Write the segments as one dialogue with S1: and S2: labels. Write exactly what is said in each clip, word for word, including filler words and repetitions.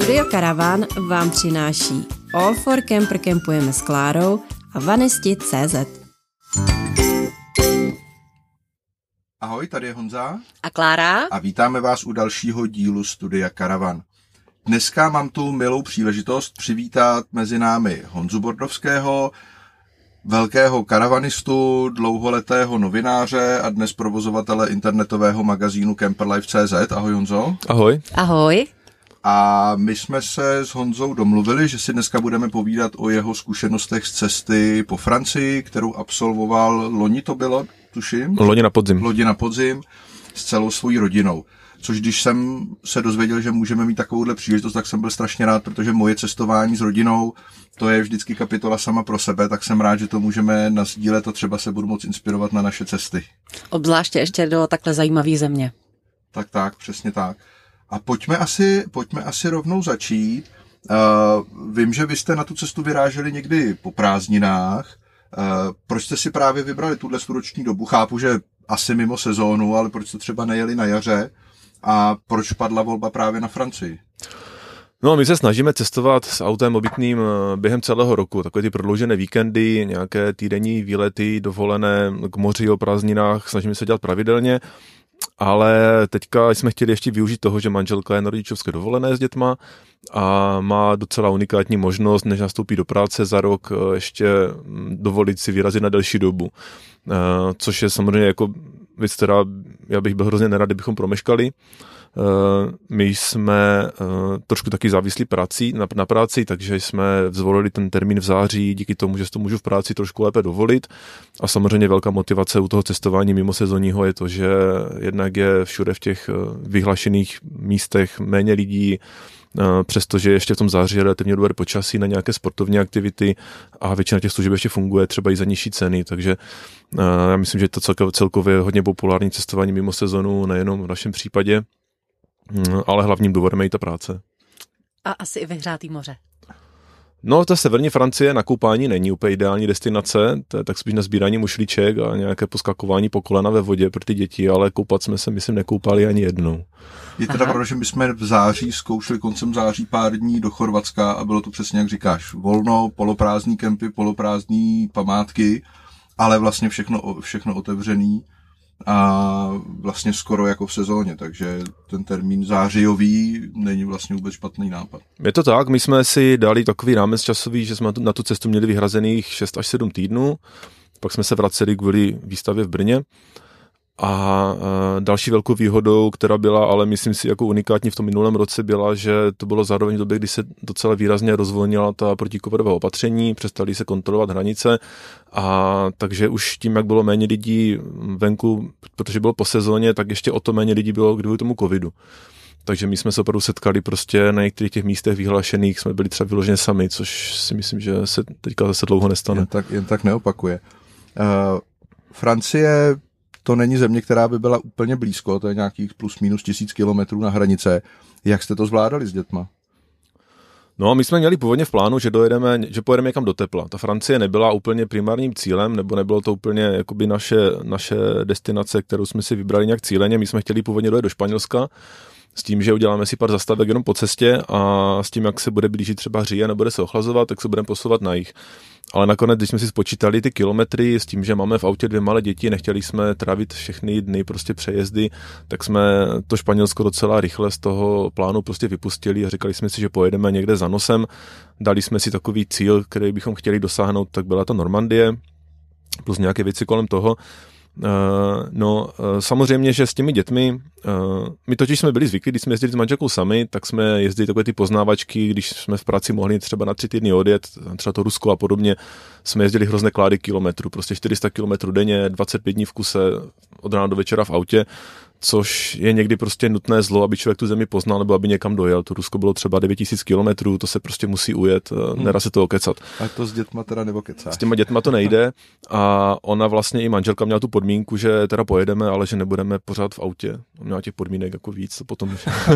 S1: Studio Karavan vám přináší All for Camper Campujeme s Klárou a Vanisti tečka cé zet.
S2: Ahoj, tady je Honza
S3: a Klára
S2: a vítáme vás u dalšího dílu Studia Karavan. Dneska mám tu milou příležitost přivítat mezi námi Honzu Bordovského, velkého karavanistu, dlouholetého novináře a dnes provozovatele internetového magazínu Camperlife tečka cé zet. Ahoj Honzo.
S4: Ahoj.
S3: Ahoj.
S2: A my jsme se s Honzou domluvili, že si dneska budeme povídat o jeho zkušenostech z cesty po Francii, kterou absolvoval loni to bylo, tuším.
S4: Loni na podzim.
S2: Loni na podzim s celou svojí rodinou. Což když jsem se dozvěděl, že můžeme mít takovouhle příležitost, tak jsem byl strašně rád, protože moje cestování s rodinou, to je vždycky kapitola sama pro sebe, tak jsem rád, že to můžeme nasdílet a třeba se budu moct inspirovat na naše cesty.
S3: Obzvláště ještě do takhle zajímavé země.
S2: Tak, tak, přesně tak. A pojďme asi, pojďme asi rovnou začít. Uh, vím, že vy jste na tu cestu vyráželi někdy po prázdninách. Uh, proč jste si právě vybrali tuhle roční dobu? Chápu, že asi mimo sezónu, ale proč jste třeba nejeli na jaře? A proč padla volba právě na Francii?
S4: No, my se snažíme cestovat s autem obytným během celého roku. Takové ty prodloužené víkendy, nějaké týdenní výlety, dovolené k moři o prázdninách, snažíme se dělat pravidelně. Ale teďka jsme chtěli ještě využít toho, že manželka je na rodičovské dovolené s dětma a má docela unikátní možnost, než nastoupí do práce za rok, ještě dovolit si vyrazit na delší dobu. Což je samozřejmě jako věc, která já bych byl hrozně nerad, kdybychom promeškali. My jsme trošku taky závislí prací, na, na práci, takže jsme zvolili ten termín v září díky tomu, že si to můžu v práci trošku lépe dovolit. A samozřejmě velká motivace u toho cestování mimo sezónního je to, že jednak je všude v těch vyhlašených místech méně lidí, přestože ještě v tom září je relativně dobré počasí na nějaké sportovní aktivity a většina těch služeb ještě funguje třeba i za nižší ceny, takže já myslím, že to celkově, celkově hodně populární cestování mimo sezonu, nejenom v našem případě, ale hlavním důvodem je i ta práce.
S3: A asi i vyhřátý moře.
S4: No, ta severní Francie na koupání není úplně ideální destinace, to je tak spíš na sbírání mušlíček a nějaké poskakování po kolena ve vodě pro ty děti, ale koupat jsme se, myslím, nekoupali ani jednou.
S2: Je teda pravda, že my jsme v září zkoušeli koncem září pár dní do Chorvatska a bylo to přesně, jak říkáš, volno, poloprázdní kempy, poloprázdní památky, ale vlastně všechno, všechno otevřený a vlastně skoro jako v sezóně, takže ten termín zářijový není vlastně vůbec špatný nápad.
S4: Je to tak, my jsme si dali takový rámec časový, že jsme na tu cestu měli vyhrazených šest až sedm týdnů, pak jsme se vraceli kvůli výstavě v Brně a další velkou výhodou, která byla, ale myslím si jako unikátní v tom minulém roce, byla, že to bylo zároveň v době, kdy se docela výrazně rozvolnila ta protikovidová opatření, přestali se kontrolovat hranice a takže už tím, jak bylo méně lidí venku, protože bylo po sezóně, tak ještě o to méně lidí bylo kvůli tomu covidu. Takže my jsme se opravdu setkali prostě na některých těch místech vyhlášených, jsme byli třeba vyloženě sami, což si myslím, že se teďka zase dlouho nestane.
S2: Jen tak, jen tak neopakuje. Uh, Francie to není země, která by byla úplně blízko, to je nějakých plus minus tisíc kilometrů na hranice. Jak jste to zvládali s dětma?
S4: No, my jsme měli původně v plánu, že dojedeme, že pojedeme někam do tepla. Ta Francie nebyla úplně primárním cílem, nebo nebylo to úplně jakoby naše, naše destinace, kterou jsme si vybrali nějak cíleně. My jsme chtěli původně dojet do Španělska, s tím, že uděláme si pár zastavek jenom po cestě a s tím, jak se bude blížit třeba říje, nebude se ochlazovat, tak se budeme posouvat na jih. Ale nakonec, když jsme si spočítali ty kilometry s tím, že máme v autě dvě malé děti, nechtěli jsme trávit všechny dny prostě přejezdy, tak jsme to Španělsko docela rychle z toho plánu prostě vypustili a říkali jsme si, že pojedeme někde za nosem. Dali jsme si takový cíl, který bychom chtěli dosáhnout, tak byla to Normandie, plus nějaké věci kolem toho. Uh, no, uh, samozřejmě, že s těmi dětmi, uh, my totiž jsme byli zvyklí, když jsme jezdili s manželkou sami, tak jsme jezdili takové ty poznávačky, když jsme v práci mohli třeba na tři týdny odjet, třeba to Rusko a podobně, jsme jezdili hrozné klády kilometrů, prostě čtyři sta kilometrů denně, dvacet pět dní v kuse, od rána do večera v autě, což je někdy prostě nutné zlo, aby člověk tu zemi poznal, nebo aby někam dojel. To Rusko bylo třeba devět tisíc kilometrů, to se prostě musí ujet, hmm. nedá se to okecat.
S2: A to s dětma teda neokecáš.
S4: S těma dětma to nejde a ona vlastně i manželka měla tu podmínku, že teda pojedeme, ale že nebudeme pořád v autě. Měla těch podmínek jako víc, to potom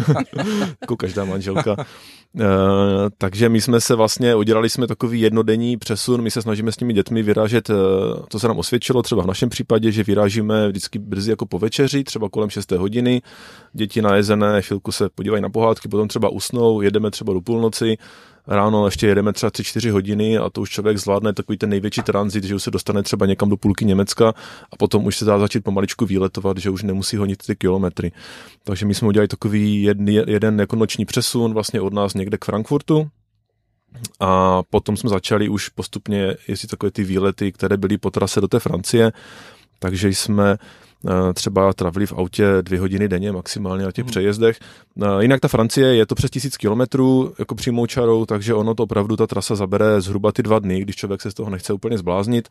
S4: jako každá manželka. Uh, takže my jsme se vlastně, udělali jsme takový jednodenní přesun, my se snažíme s těmi dětmi vyrážet, uh, to se nám osvědčilo třeba v našem případě, že vyrážíme vždycky brzy jako po večeři, třeba kolem šest hodiny, děti najezené, chvilku se podívají na pohádky, potom třeba usnou, jedeme třeba do půlnoci, ráno ještě jedeme třeba tři čtyři hodiny a to už člověk zvládne takový ten největší tranzit, že už se dostane třeba někam do půlky Německa a potom už se dá začít pomaličku výletovat, že už nemusí honit ty kilometry. Takže my jsme udělali takový jedný, jeden jako noční přesun vlastně od nás někde k Frankfurtu a potom jsme začali už postupně jezdit takové ty výlety, které byly po trase do té Francie, takže jsme třeba trávili v autě dvě hodiny denně maximálně na těch hmm. přejezdech. Jinak ta Francie je to přes tisíc kilometrů jako přímou čarou, takže ono to opravdu ta trasa zabere zhruba ty dva dny, když člověk se z toho nechce úplně zbláznit.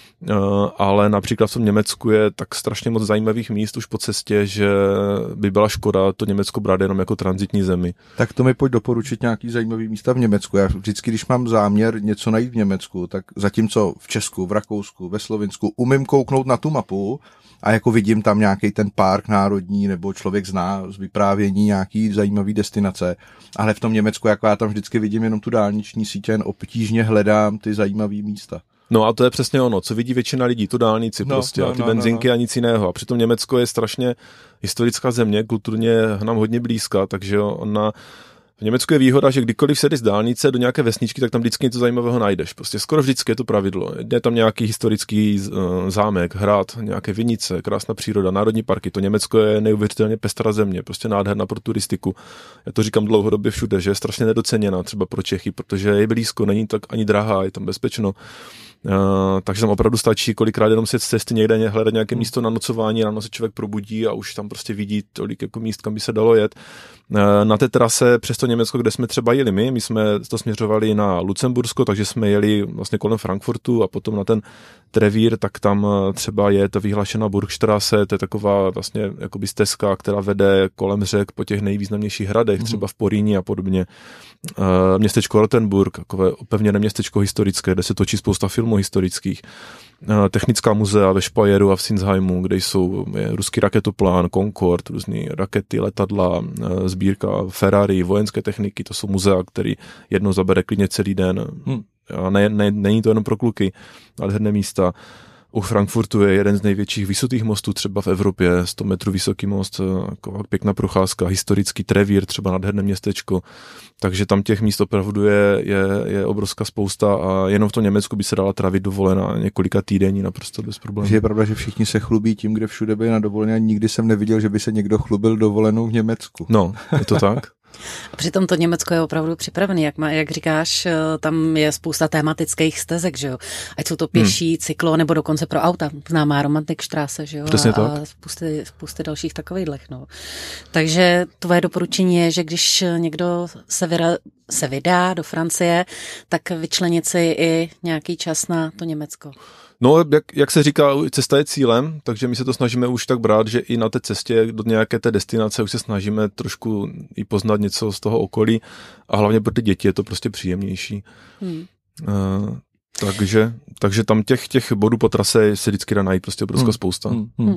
S4: Ale například v tom Německu je tak strašně moc zajímavých míst už po cestě, že by byla škoda to Německo brát jenom jako tranzitní zemi.
S2: Tak to mi pojď doporučit nějaký zajímavý místa v Německu. Já vždycky, když mám záměr něco najít v Německu, tak zatímco v Česku, v Rakousku, ve Slovinsku umím kouknout na tu mapu a jako vidím tam nějaký ten park národní, nebo člověk zná z vyprávění nějaký zajímavý destinace, ale v tom Německu, jako já tam vždycky vidím jenom tu dálniční sítě, jen obtížně hledám ty zajímavý místa.
S4: No a to je přesně ono, co vidí většina lidí, tu dálnici no, prostě no, a ty no, benzinky no, no. a nic jiného. A přitom Německo je strašně historická země, kulturně nám hodně blízká, takže ona v Německu je výhoda, že kdykoliv sedeš z dálnice do nějaké vesničky, tak tam vždycky něco zajímavého najdeš. Prostě skoro vždycky je to pravidlo. Je tam nějaký historický zámek, hrad, nějaké vinice, krásná příroda, národní parky. To Německo je neuvěřitelně pestrá země, prostě nádherná pro turistiku. Já to říkám dlouhodobě všude, že je strašně nedoceněná třeba pro Čechy, protože je blízko, není tak ani drahá, je tam bezpečno. Uh, takže tam opravdu stačí kolikrát jenom si z cesty někde hledat nějaké místo na nocování, ráno se člověk probudí a už tam prostě vidí tolik jako míst, kam by se dalo jet. Uh, na té trase přes to Německo, kde jsme třeba jeli my, my jsme to směřovali na Lucembursko, takže jsme jeli vlastně kolem Frankfurtu a potom na ten Trevír, tak tam třeba je ta vyhlášená Burgstraße, to je taková vlastně jakoby stezka, která vede kolem řek po těch nejvýznamnějších hradech, mm-hmm. třeba v Poríní a podobně. Uh, městečko Rottenburg, takové opevněné městečko historické, kde se točí spousta filmů historických. Uh, technická muzea ve Speyeru a v Sinsheimu, kde jsou je, ruský raketoplán, Concorde, různé rakety, letadla, uh, sbírka Ferrari, vojenské techniky, to jsou muzea, které jedno zabere klidně celý den. Hmm. A ne, ne, není to jenom pro kluky, ale herné místa. U Frankfurtu je jeden z největších vysokých mostů třeba v Evropě, sto metrů vysoký most, jako pěkná procházka, historický Trevír, třeba nádherné městečko, takže tam těch míst opravdu je, je, je obrovská spousta a jenom v tom Německu by se dala trávit dovolená několika týdení naprosto bez problémů.
S2: Je pravda, že všichni se chlubí tím, kde všude byli na dovolené a nikdy jsem neviděl, že by se někdo chlubil dovolenou v Německu.
S4: No, je to tak?
S3: A přitom to Německo je opravdu připravené, jak, má, jak říkáš, tam je spousta tematických stezek, že jo. Ať jsou to pěší, hmm. cyklo, nebo dokonce pro auta, známá Romantikstraße, že jo.
S4: Přesně
S3: a,
S4: tak.
S3: a spousty, spousty dalších takových, no. Takže tvoje doporučení je, že když někdo se, vyra, se vydá do Francie, tak vyčlenit si i nějaký čas na to Německo.
S4: No, jak, jak se říká, cesta je cílem, takže my se to snažíme už tak brát, že i na té cestě do nějaké té destinace už se snažíme trošku i poznat něco z toho okolí a hlavně pro ty děti je to prostě příjemnější. Hmm. Uh, takže, takže tam těch, těch bodů po trase se vždycky dá najít prostě obrovská hmm. spousta. Hmm.
S1: Hmm.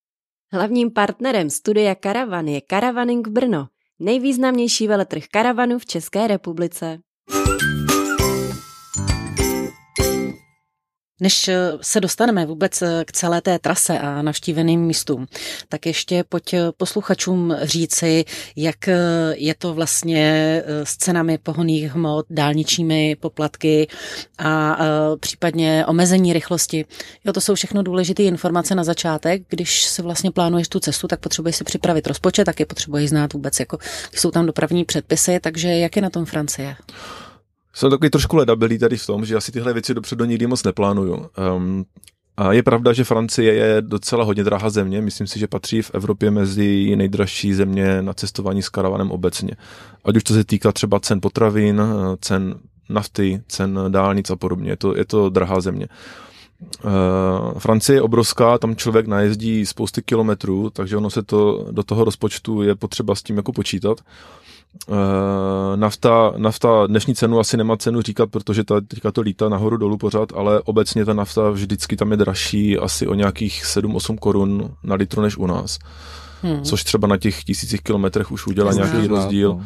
S1: Hlavním partnerem studia Karavan je Caravaning Brno, nejvýznamnější veletrh karavanů v České republice.
S3: Než se dostaneme vůbec k celé té trase a navštíveným místům, tak ještě pojď posluchačům říci, jak je to vlastně s cenami pohonných hmot, dálničními poplatky a případně omezení rychlosti. Jo, to jsou všechno důležité informace na začátek. Když si vlastně plánuješ tu cestu, tak potřebuješ si připravit rozpočet, taky potřebuješ znát vůbec, jako jsou tam dopravní předpisy, takže jak je na tom Francie?
S4: Jsem takový trošku ledabelý tady v tom, že asi tyhle věci dopředu nikdy moc neplánuju. Um, a je pravda, že Francie je docela hodně drahá země. Myslím si, že patří v Evropě mezi nejdražší země na cestování s karavanem obecně. Ať už to se týká třeba cen potravin, cen nafty, cen dálnic a podobně. Je to, je to drahá země. Uh, Francie je obrovská, tam člověk najezdí spousty kilometrů, takže ono se to do toho rozpočtu je potřeba s tím jako počítat. Uh, nafta, nafta dnešní cenu asi nemá cenu říkat, protože ta, teďka to lítá nahoru dolů pořád, ale obecně ta nafta vždycky tam je dražší asi o nějakých sedm osm korun na litru než u nás. Hmm. Což třeba na těch tisících kilometrech už udělá nějaký rozdíl.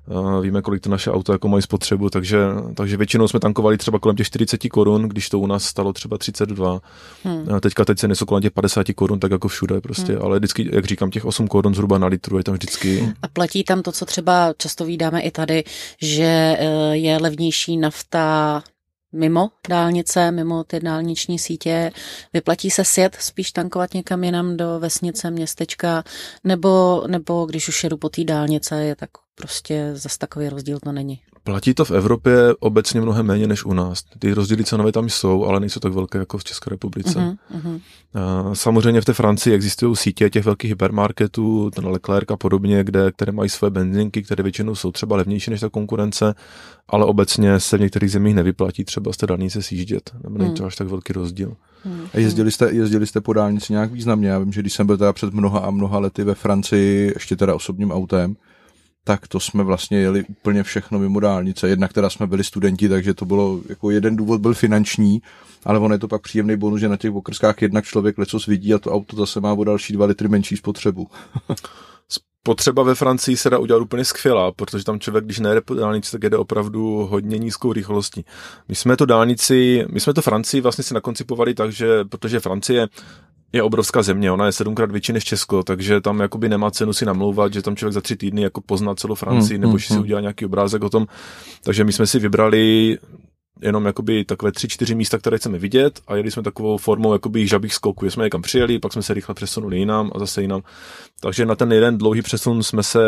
S4: Víme, kolik to naše auto jako mají spotřebu, takže, takže většinou jsme tankovali třeba kolem těch čtyřicet korun, když to u nás stalo třeba třicet dva. Hmm. Teďka teď ceny jsou kolem těch padesát korun, tak jako všude prostě, hmm. ale vždycky, jak říkám, těch osm korun zhruba na litru je tam vždycky.
S3: A platí tam to, co třeba často vídáme i tady, že je levnější nafta mimo dálnice, mimo ty dálniční sítě, vyplatí se sjet, spíš tankovat někam jinam do vesnice, městečka, nebo, nebo když už jedu po té dálnice, je tak prostě zas takový rozdíl to není.
S4: Platí to v Evropě obecně mnohem méně než u nás. Ty rozdíly cenové tam jsou, ale nejsou tak velké jako v České republice. Uh-huh, uh-huh. Samozřejmě v té Francii existují sítě těch velkých hypermarketů, ten Leclerc a podobně, kde, které mají své benzinky, které většinou jsou třeba levnější než ta konkurence, ale obecně se v některých zemích nevyplatí třeba z té dálnice sjíždět. Nebo není to až tak velký rozdíl.
S2: Uh-huh. A jezdili jste, jezdili jste po dálnici nějak významně? Já vím, že když jsem byl teda před mnoha a mnoha lety ve Francii, ještě teda osobním autem, tak to jsme vlastně jeli úplně všechno mimo dálnice. Jednak teda jsme byli studenti, takže to bylo, jako jeden důvod byl finanční, ale on je to pak příjemný bonus, že na těch okrskách jednak člověk lecos vidí a to auto zase má o další dva litry menší spotřebu.
S4: Spotřeba ve Francii se dá udělat úplně skvělá, protože tam člověk, když nejede po dálnici, tak jede opravdu hodně nízkou rychlostí. My jsme to dálnici, my jsme to Francii vlastně si nakoncipovali tak, že protože Francie je obrovská země, ona je sedmkrát větší než Česko, takže tam jakoby nemá cenu si namlouvat, že tam člověk za tři týdny jako pozná celou Francii, hmm, nebo hmm, si hmm. udělá nějaký obrázek o tom. Takže my jsme si vybrali jenom jakoby takové tři, čtyři místa, které chceme vidět a jeli jsme takovou formou jakoby žabých skoků. Jsme někam přijeli, pak jsme se rychle přesunuli jinam a zase jinam. Takže na ten jeden dlouhý přesun jsme se,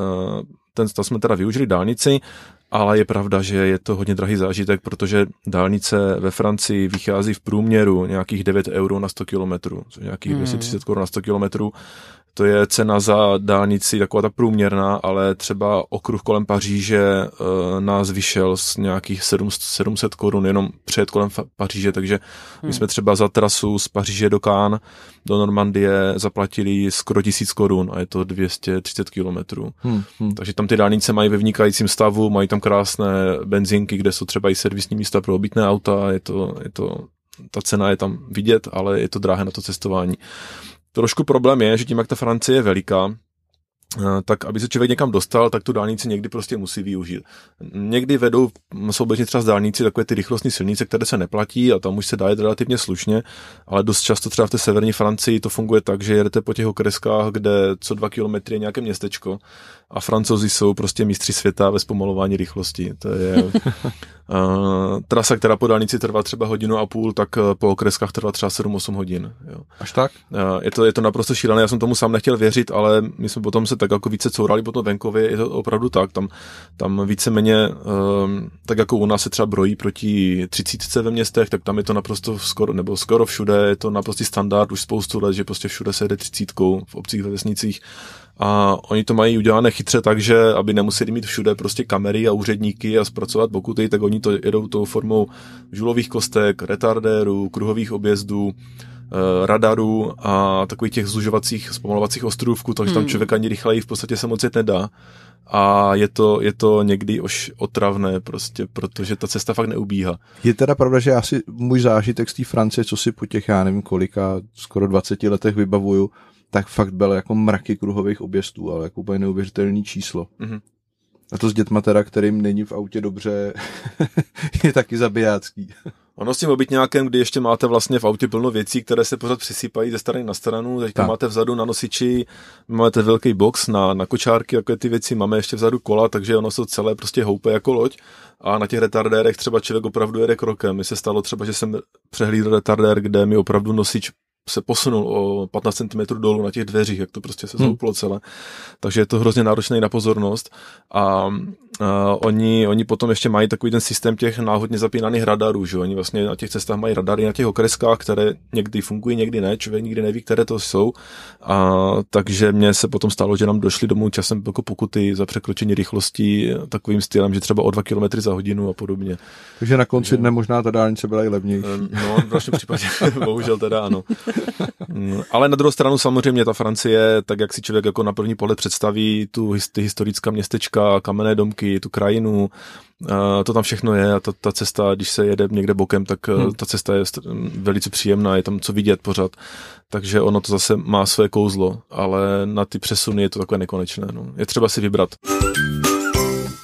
S4: ten jsme teda využili dálnici, ale je pravda, že je to hodně drahý zážitek, protože dálnice ve Francii vychází v průměru nějakých devět euro na sto kilometrů, nějakých hmm. dvě stě třicet korun na sto kilometrů. To je cena za dálnici taková ta průměrná, ale třeba okruh kolem Paříže e, nás vyšel z nějakých sedm set korun jenom před kolem Paříže, takže hmm. my jsme třeba za trasu z Paříže do Cannes do Normandie zaplatili skoro tisíc korun a je to dvě stě třicet kilometrů. Hmm. Hmm. Takže tam ty dálnice mají ve vynikajícím stavu, mají tam krásné benzinky, kde jsou třeba i servisní místa pro obytné auta, je to, je to, ta cena je tam vidět, ale je to drahé na to cestování. Trošku problém je, že tím, jak ta Francie je veliká, tak aby se člověk někam dostal, tak tu dálnici někdy prostě musí využít. Někdy vedou souběžně třeba z dálnici takové ty rychlostní silnice, které se neplatí a tam už se dá jet relativně slušně, ale dost často třeba v té severní Francii to funguje tak, že jedete po těch okreskách, kde co dva kilometry je nějaké městečko a Francouzi jsou prostě mistři světa ve zpomalování rychlosti. To je uh, trasa, která po dálnici trvá třeba hodinu a půl, tak po okreskách trvá třeba sedm osm hodin. Jo.
S2: Až tak?
S4: Uh, je, to, je to naprosto šílené, já jsem tomu sám nechtěl věřit, ale my jsme potom se tak jako více courali po tom venkově, je to opravdu tak, tam, tam víceméně, um, tak jako u nás se třeba brojí proti třicítce ve městech, tak tam je to naprosto skoro, nebo skoro všude, je to naprostý standard už spoustu let, že prostě všude se jede třicítkou v obcích, ve vesnicích. A oni to mají udělané chytře tak, že aby nemuseli mít všude prostě kamery a úředníky a zpracovat pokuty, tak oni to jedou tou formou žulových kostek, retardérů, kruhových objezdů, radarů a takových těch zužovacích, zpomalovacích ostrůvků, takže hmm. tam člověk ani rychleji v podstatě se moc jet nedá. A je to, je to někdy už otravné prostě, protože ta cesta fakt neubíhá.
S2: Je teda pravda, že asi můj zážitek z té Francie, co si po těch, já nevím kolika, skoro dvaceti letech vybavuju, tak fakt byl jako mraky kruhových objezdů, ale jako úplně neuvěřitelný číslo. Mm-hmm. A to s dětma teda, kterým není v autě dobře, je taky zabijácký.
S4: Ono s tím obytňákem, kdy ještě máte vlastně v autě plno věcí, které se pořád přesypají ze strany na stranu, teďka tak. Máte vzadu na nosiči, máte velký box na, na kočárky, jako ty věci, máme ještě vzadu kola, takže ono se celé prostě houpe jako loď a na těch retardérech třeba člověk opravdu jede krokem. Mně se stalo třeba, že jsem přehlídl retardér, kde mi opravdu nosič se posunul o patnáct centimetrů dolů na těch dveřích, jak to prostě se zhouplo hmm. celé. Takže je to hrozně náročné na pozornost a, a oni, oni potom ještě mají takový ten systém těch náhodně zapínaných radarů, že oni vlastně na těch cestách mají radary na těch okreskách, které někdy fungují, někdy ne, člověk nikdy neví, které to jsou a takže mně se potom stalo, že nám došli domů časem jako pokuty za překročení rychlosti takovým stylem, že třeba o dva kilometry za hodinu a podobně.
S2: Takže na konci dne možná ta dálnice byla i levnější.
S4: No, v našem případě bohužel teda ano. Ale na druhou stranu samozřejmě ta Francie, tak jak si člověk jako na první pohled představí tu ty historická městečka, kamenné domky, tu krajinu, to tam všechno je a ta, ta cesta, když se jede někde bokem, tak hmm. ta cesta je velice příjemná, je tam co vidět pořád, takže ono to zase má své kouzlo, ale na ty přesuny je to takové nekonečné. No. Je třeba si vybrat.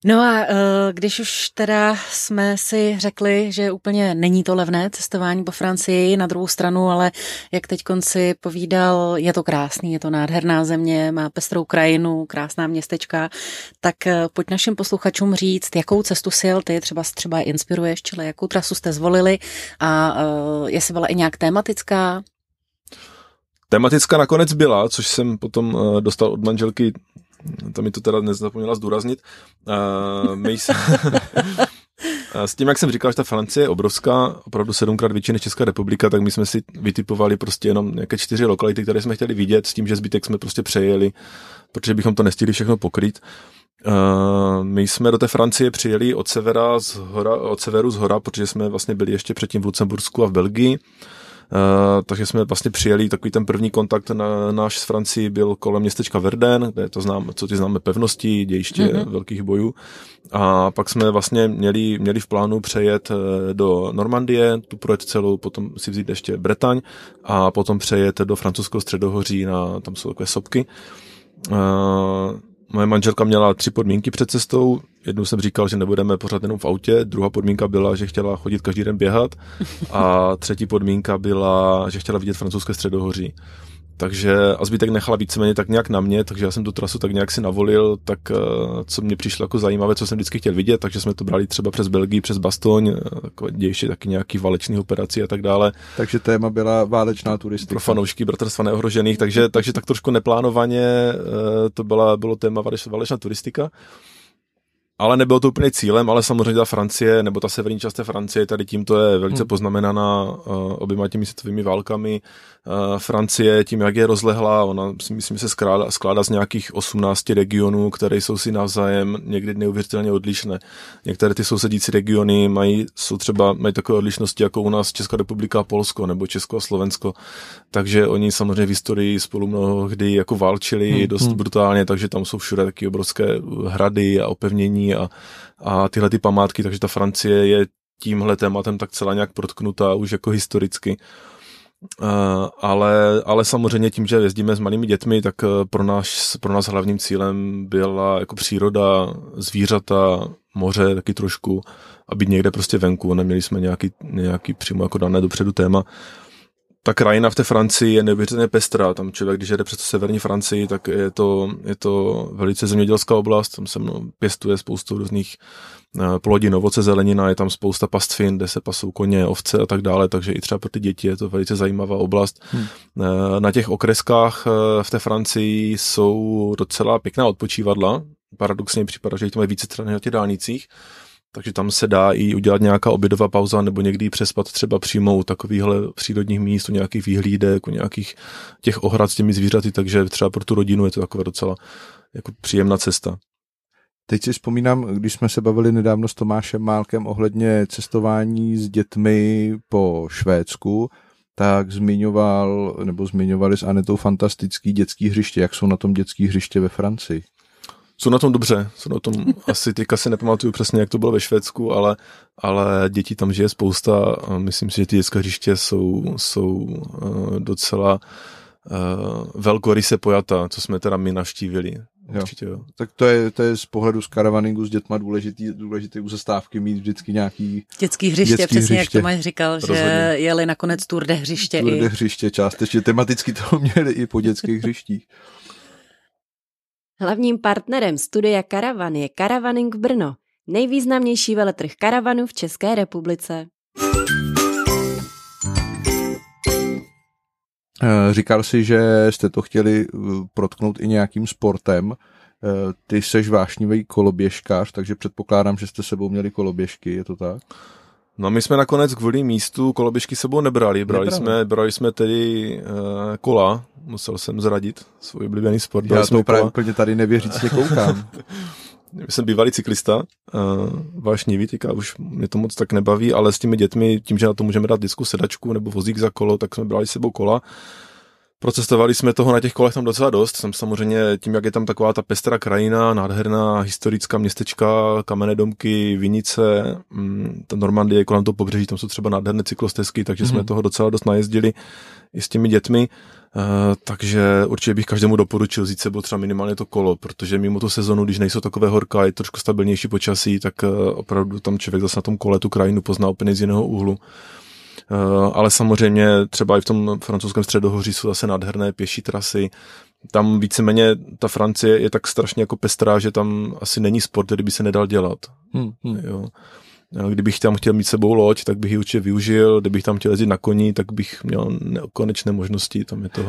S3: No a když už teda jsme si řekli, že úplně není to levné cestování po Francii, na druhou stranu, ale jak teď konci povídal, je to krásný, je to nádherná země, má pestrou krajinu, krásná městečka, tak pojď našim posluchačům říct, jakou cestu si jel ty, třeba třeba inspiruješ, čili jakou trasu jste zvolili a jestli byla i nějak tematická?
S4: Tematická nakonec byla, což jsem potom dostal od manželky, to mi to teda nezapomněla zdůraznit. Uh, my jsme... S tím, jak jsem říkal, že ta Francie je obrovská, opravdu sedmkrát větší než Česká republika, tak my jsme si vytipovali prostě jenom nějaké čtyři lokality, které jsme chtěli vidět, s tím, že zbytek jsme prostě přejeli, protože bychom to nestihli všechno pokrýt. Uh, my jsme do té Francie přijeli od severa z hora, od severu z hora, protože jsme vlastně byli ještě předtím v Lucembursku a v Belgii. Uh, takže jsme vlastně přijeli, takový ten první kontakt na, náš s Francií byl kolem městečka Verdun, kde to znám, co ty známe pevnosti, dějiště mm-hmm. velkých bojů. A pak jsme vlastně měli, měli v plánu přejet do Normandie, tu projet celou, potom si vzít ještě Bretaň a potom přejet do francouzského středohoří, na, tam jsou takové sopky. Uh, Moje manželka měla tři podmínky před cestou. Jednou jsem říkal, že nebudeme pořád jenom v autě, druhá podmínka byla, že chtěla chodit každý den běhat a třetí podmínka byla, že chtěla vidět francouzské středohoří. Takže a zbytek nechala víceméně tak nějak na mě, takže já jsem tu trasu tak nějak si navolil, tak co mě přišlo jako zajímavé, co jsem vždycky chtěl vidět, takže jsme to brali třeba přes Belgii, přes Bastogne, takové dějště, taky nějaký válečný operací a tak dále.
S2: Takže téma byla válečná turistika.
S4: Pro fanoušky Bratrstva neohrožených, takže, takže tak trošku neplánovaně to byla, bylo téma válečná turistika. Ale nebylo to úplně cílem, ale samozřejmě ta Francie, nebo ta severní část té Francie, tady tímto je velice hmm. poznamenaná uh, oběma těmi světovými válkami. Uh, Francie tím, jak je rozlehlá, ona si myslím, se skládá, skládá z nějakých osmnácti regionů, které jsou si navzájem někdy neuvěřitelně odlišné. Některé ty sousedící regiony mají, jsou třeba, mají takové odlišnosti jako u nás Česká republika a Polsko, nebo Česko a Slovensko. Takže oni samozřejmě v historii spolu mnohdy jako válčili hmm. dost hmm. brutálně, takže tam jsou všude taky obrovské hrady a opevnění A, a tyhle ty památky, takže ta Francie je tímhle tématem tak celá nějak protknutá už jako historicky. Uh, ale, ale samozřejmě tím, že jezdíme s malými dětmi, tak pro nás, pro nás hlavním cílem byla jako příroda, zvířata, moře taky trošku a být někde prostě venku, neměli jsme nějaký, nějaký přímo jako dané dopředu téma. Ta krajina v té Francii je neuvěřitelně pestrá. Tam člověk, když jede přes severní Francii, tak je to, je to velice zemědělská oblast. Tam se mnou pěstuje spoustu různých plodin, ovoce, zelenina, je tam spousta pastvin, kde se pasou koně, ovce a tak dále, takže i třeba pro ty děti je to velice zajímavá oblast. Hmm. Na těch okreskách v té Francii jsou docela pěkná odpočívadla. Paradoxně připadá, že jich tam je více třeba na těch dálnicích. Takže tam se dá i udělat nějaká obědová pauza nebo někdy přespat třeba přímo u takovýchhle přírodních míst, u nějakých výhlídek, u nějakých těch ohrad s těmi zvířaty, takže třeba pro tu rodinu je to taková docela jako příjemná cesta.
S2: Teď si vzpomínám, když jsme se bavili nedávno s Tomášem Málkem ohledně cestování s dětmi po Švédsku, tak zmiňoval, nebo zmiňovali s Anetou fantastický dětský hřiště. Jak jsou na tom dětský hřiště ve Francii?
S4: Jsou na tom dobře, jsou na tom asi, teďka si nepamatuju přesně, jak to bylo ve Švédsku, ale, ale dětí tam žije spousta a myslím si, že ty dětská hřiště jsou, jsou uh, docela uh, velkoryse pojata, co jsme teda my navštívili.
S2: Jo.
S4: Určitě, jo.
S2: Tak to je, to je z pohledu z karavaningu s dětma důležitý, důležitý u zastávky mít vždycky nějaký
S3: dětský hřiště,
S2: dětský
S3: přesně
S2: hřiště.
S3: Jak Tomáš říkal, že rozhodně. Jeli nakonec Tour de hřiště.
S2: Tour de
S3: i...
S2: hřiště částečně, tematicky to měli i po dětských hřištích.
S1: Hlavním partnerem studia Karavan je Caravaning Brno, nejvýznamnější veletrh karavanů v České republice.
S2: Říkal jsi, že jste to chtěli protknout i nějakým sportem. Ty seš vášnivý koloběžkář, takže předpokládám, že jste sebou měli koloběžky, je to tak?
S4: No my jsme nakonec kvůli místu koloběžky sebou nebrali, brali, jsme, brali jsme tedy uh, kola, musel jsem zradit svůj oblíbený sport.
S2: Já to právě úplně tady nevěřícně koukám.
S4: Jsem bývalý cyklista, uh, vášnivý, teďka už mě to moc tak nebaví, ale s těmi dětmi, tím, že na to můžeme dát disku, sedačku nebo vozík za kolo, tak jsme brali s sebou kola. Procestovali jsme toho na těch kolech tam docela dost. Jsem samozřejmě tím, jak je tam taková ta pestrá krajina, nádherná historická městečka, kamenné domky, vinice, ta Normandie kolem toho pobřeží, tam jsou třeba nádherné cyklostezky, takže mm-hmm. jsme toho docela dost najezdili i s těmi dětmi. takže určitě bych každému doporučil vzít sebou třeba minimálně to kolo, protože mimo tu sezonu, když nejsou takové horka, je trošku stabilnější počasí, tak opravdu tam člověk zase na tom kole tu krajinu pozná úplně z jiného úhlu. Ale samozřejmě třeba i v tom francouzském středohoří jsou zase nádherné pěší trasy. Tam víceméně ta Francie je tak strašně jako pestrá, že tam asi není sport, který by se nedal dělat. Hmm, hmm. Jo. Kdybych tam chtěl mít sebou loď, tak bych ji určitě využil. Kdybych tam chtěl jezdit na koni, tak bych měl nekonečné možnosti. Tam je toho.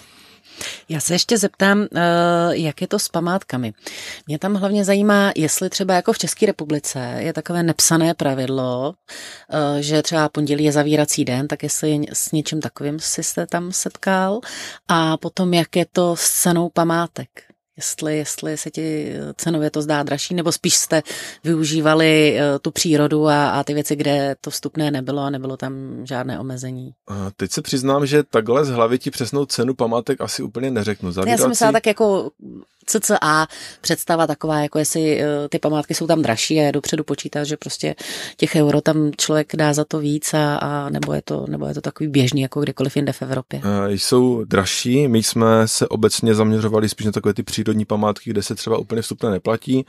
S3: Já se ještě zeptám, jak je to s památkami. Mě tam hlavně zajímá, jestli třeba jako v České republice je takové nepsané pravidlo, že třeba pondělí je zavírací den, tak jestli s něčím takovým si jste tam setkal, a potom jak je to s cenou památek. Jestli, jestli se ti cenově to zdá dražší, nebo spíš jste využívali tu přírodu a, a ty věci, kde to vstupné nebylo a nebylo tam žádné omezení.
S4: A teď se přiznám, že takhle z hlavy ti přesnou cenu památek asi úplně neřeknu. Zavírací...
S3: Já jsem myslela tak jako cca představa taková, jako jestli ty památky jsou tam dražší a je dopředu počítat, že prostě těch euro tam člověk dá za to víc a, a nebo, je to, nebo je to takový běžný, jako kdekoliv jinde v Evropě.
S4: A jsou dražší, my jsme se obecně zaměřovali spíš na takové ty přírodní památky, kde se třeba úplně vstupné neplatí,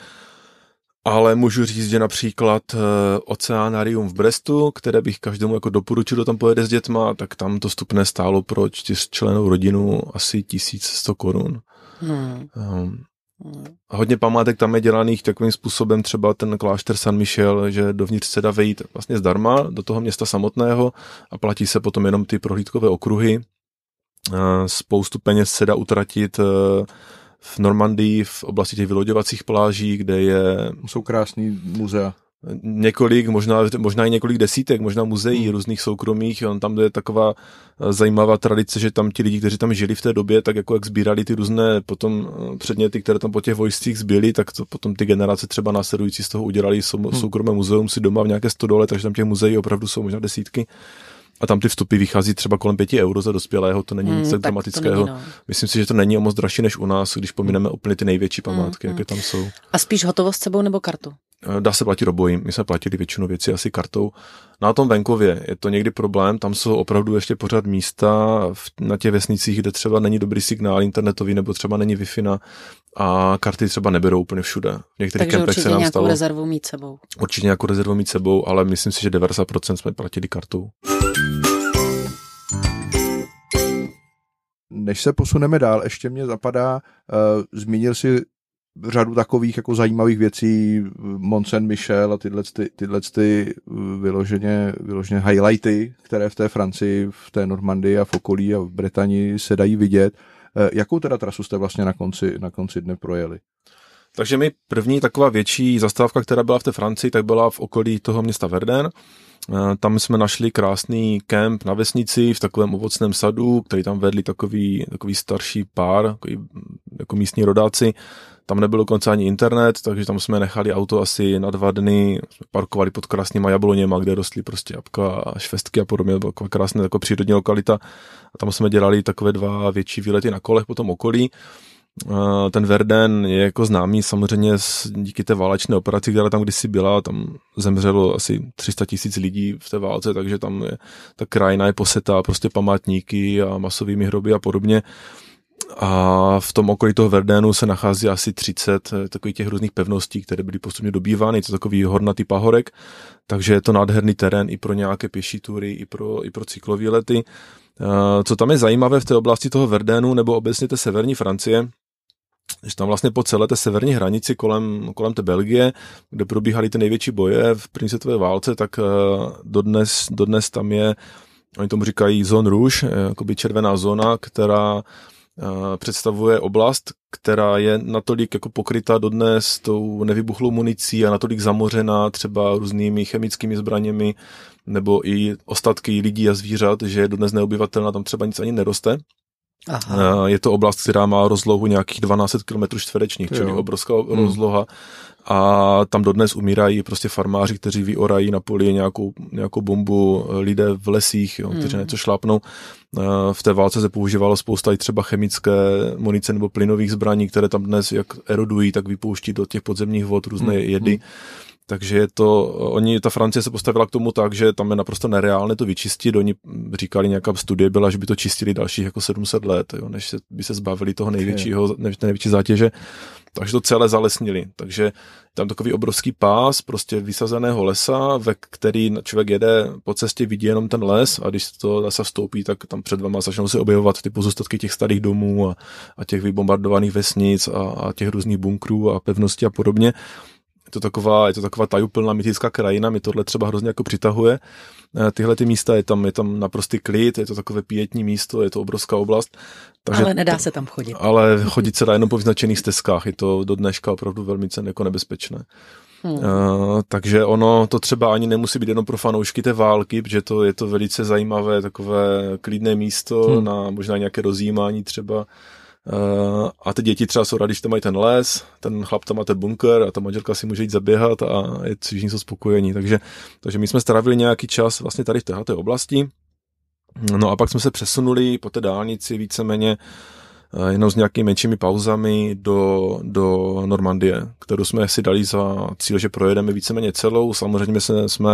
S4: ale můžu říct, že například Oceanarium v Brestu, které bych každému jako doporučil, kdo tam pojede s dětma, tak tam to vstupné stálo pro čtyřčlennou rodinu asi tisíc sto korun. Hmm. Um, hodně památek tam je dělaných takovým způsobem, třeba ten klášter San Michel, že dovnitř se dá vejít vlastně zdarma do toho města samotného a platí se potom jenom ty prohlídkové okruhy. Uh, spoustu peněz se dá utratit uh, v Normandii, v oblasti těch vyloďovacích pláží, kde je...
S2: Jsou krásný muzea.
S4: Několik, možná, možná i několik desítek, možná muzeí hmm. různých soukromých. On tam je taková zajímavá tradice, že tam ti lidi, kteří tam žili v té době, tak jako jak sbírali ty různé potom předměty, které tam po těch vojscích zbyly, tak to potom ty generace třeba následující z toho udělali sou, hmm. soukromé muzeum si doma v nějaké stodole, takže tam těch muzeí opravdu jsou možná desítky. A tam ty vstupy vychází třeba kolem pěti euro za dospělého, to není hmm, nic tak dramatického. Není, no. Myslím si, že to není o moc dražší než u nás, když pomineme hmm. úplně ty největší památky, hmm, jaké tam jsou.
S3: A spíš hotovost s sebou nebo kartu?
S4: Dá se platit obojím. My jsme platili většinu věcí asi kartou. Na tom venkově je to někdy problém, tam jsou opravdu ještě pořád místa na těch vesnicích, kde třeba není dobrý signál internetový nebo třeba není Wi-Fi a karty třeba neberou úplně všude. V některých
S3: Takže
S4: kempech se nám
S3: nějakou
S4: stalo.
S3: rezervu mít sebou.
S4: Určitě nějakou rezervu mít sebou, ale myslím si, že devadesát procent jsme platili kartou.
S2: Než se posuneme dál, ještě mě zapadá, uh, zmínil si řadu takových jako zajímavých věcí, Mont Saint-Michel a tyhle, ty, tyhle ty vyloženě, vyloženě highlighty, které v té Francii, v té Normandii a v okolí a v Británii se dají vidět. Uh, jakou teda trasu jste vlastně na konci, na konci dne projeli?
S4: Takže mi první taková větší zastávka, která byla v té Francii, tak byla v okolí toho města Verdun. Tam jsme našli krásný kemp na vesnici v takovém ovocném sadu, který tam vedli takový, takový starší pár, takový, jako místní rodáci. Tam nebyl dokonce ani internet, takže tam jsme nechali auto asi na dva dny, parkovali pod krásnýma jabloněma, kde rostly prostě jabka a švestky a podobně, byla krásná jako přírodní lokalita. A tam jsme dělali takové dva větší výlety na kolech po tom okolí. Ten Verdun je jako známý samozřejmě díky té válečné operaci, která tam kdysi byla, tam zemřelo asi tři sta tisíc lidí v té válce, takže tam je, ta krajina je posetá prostě památníky a masovými hroby a podobně. A v tom okolí toho Verdunu se nachází asi třicet takových těch různých pevností, které byly postupně dobývány, to je takový hornatý pahorek, takže je to nádherný terén i pro nějaké pěší tury, i pro, i pro cyklovýlety. Co tam je zajímavé v té oblasti toho Verdunu nebo obecně té severní Francie, že tam vlastně po celé té severní hranici kolem, kolem té Belgie, kde probíhaly ty největší boje v první světové válce, tak dodnes, dodnes tam je, oni tomu říkají zone rouge, jakoby červená zóna, která představuje oblast, která je natolik jako pokrytá dodnes tou nevybuchlou municí a natolik zamořená třeba různými chemickými zbraněmi nebo i ostatky lidí a zvířat, že je dodnes neobyvatelná, tam třeba nic ani neroste. Aha. Je to oblast, která má rozlohu nějakých dvanáct set kilometrů čtverečních, čili obrovská hmm. rozloha. A tam dodnes umírají prostě farmáři, kteří vyorají na poli nějakou, nějakou bombu, lidé v lesích, jo, kteří hmm. něco šlápnou. V té válce se používalo spousta i třeba chemické munice nebo plynových zbraní, které tam dnes jak erodují, tak vypouští do těch podzemních vod různé hmm. jedy. Takže je to, oni, ta Francie se postavila k tomu tak, že tam je naprosto nereálné to vyčistit. Oni říkali, nějaká studie byla, že by to čistili dalších jako sedm set let, jo, než se, by se zbavili toho největšího, největší zátěže. Takže to celé zalesnili. Takže tam takový obrovský pás prostě vysazeného lesa, ve který člověk jede po cestě, vidí jenom ten les a když to lesa vstoupí, tak tam před váma začnou se objevovat ty pozůstatky těch starých domů a, a těch vybombardovaných vesnic a, a těch různých bunkrů a pevností a podobně. Je to taková, je to taková tajuplná mytická krajina, mi tohle třeba hrozně jako přitahuje. Tyhle ty místa, je tam, je tam naprostý klid, je to takové pietní místo, je to obrovská oblast.
S3: Takže ale nedá se tam chodit.
S4: Ale chodit se dá jenom po vyznačených stezkách, je to do dneška opravdu velmi jako nebezpečné. Hmm. Uh, takže ono to třeba ani nemusí být jenom pro fanoušky té války, protože to je to velice zajímavé, takové klidné místo hmm. na možná nějaké rozjímání třeba. Uh, a ty děti třeba jsou rádi, že tam mají ten les, ten chlap tam má ten bunker a ta manželka si může jít zaběhat a je všichni jsou spokojení. Takže, takže my jsme strávili nějaký čas vlastně tady v této oblasti. No a pak jsme se přesunuli po té dálnici víceméně uh, jenom s nějakými menšími pauzami do, do Normandie, kterou jsme si dali za cíl, že projedeme víceméně celou. Samozřejmě se, jsme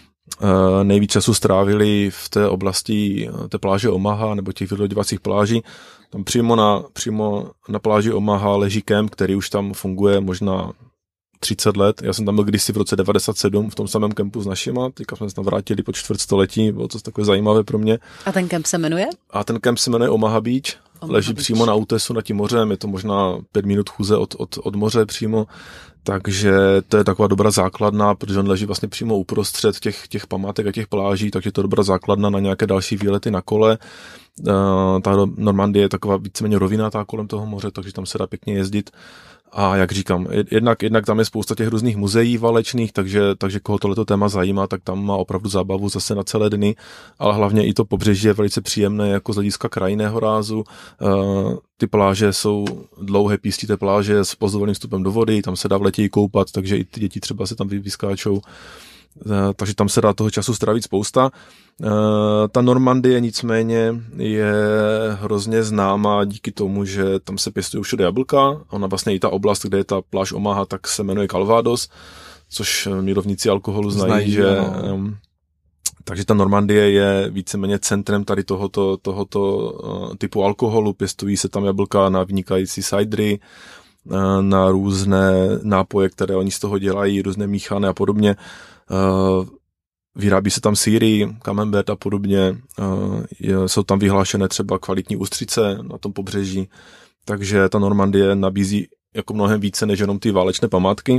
S4: uh, nejvíc času strávili v té oblasti té pláže Omaha nebo těch vyloďovacích pláží. Tam přímo na, přímo na pláži Omaha leží kemp, který už tam funguje možná třicet let. Já jsem tam byl kdysi v roce devadesát sedm v tom samém kempu s našima, teďka jsme se tam vrátili po čtvrtstoletí, bylo to takové zajímavé pro mě.
S3: A ten kemp se jmenuje?
S4: A ten kemp se jmenuje Omaha Beach, Omaha leží Beach. Přímo na útesu nad tím mořem, je to možná pět minut chůze od, od, od moře přímo, takže to je taková dobrá základna, protože on leží vlastně přímo uprostřed těch, těch památek a těch pláží, takže to je dobrá základna na nějaké další výlety na kole. Uh, ta Normandie je taková víceméně rovinatá kolem toho moře, takže tam se dá pěkně jezdit. A jak říkám, jednak, jednak tam je spousta těch různých muzeí válečných, takže, takže koho tohleto téma zajímá, tak tam má opravdu zábavu zase na celé dny, ale hlavně i to pobřeží je velice příjemné jako z hlediska krajinného rázu. Uh, ty pláže jsou dlouhé pístité pláže s pozvolným vstupem do vody, tam se dá v letě i koupat, takže i ty děti třeba se tam vyskáčou. Uh, takže tam se dá toho času strávit spousta. Uh, ta Normandie nicméně je hrozně známá díky tomu, že tam se pěstují všude jablka. Ona vlastně i ta oblast, kde je ta pláž Omaha, tak se jmenuje Calvados, což milovníci alkoholu znají, znají že... Um, takže ta Normandie je víceméně centrem tady tohoto, tohoto uh, typu alkoholu. Pěstují se tam jablka na vynikající cidery, uh, na různé nápoje, které oni z toho dělají, různé míchané a podobně. Uh, Vyrábí se tam sýry, camembert a podobně, je, jsou tam vyhlášené třeba kvalitní ústřice na tom pobřeží, takže ta Normandie nabízí jako mnohem více než jenom ty válečné památky.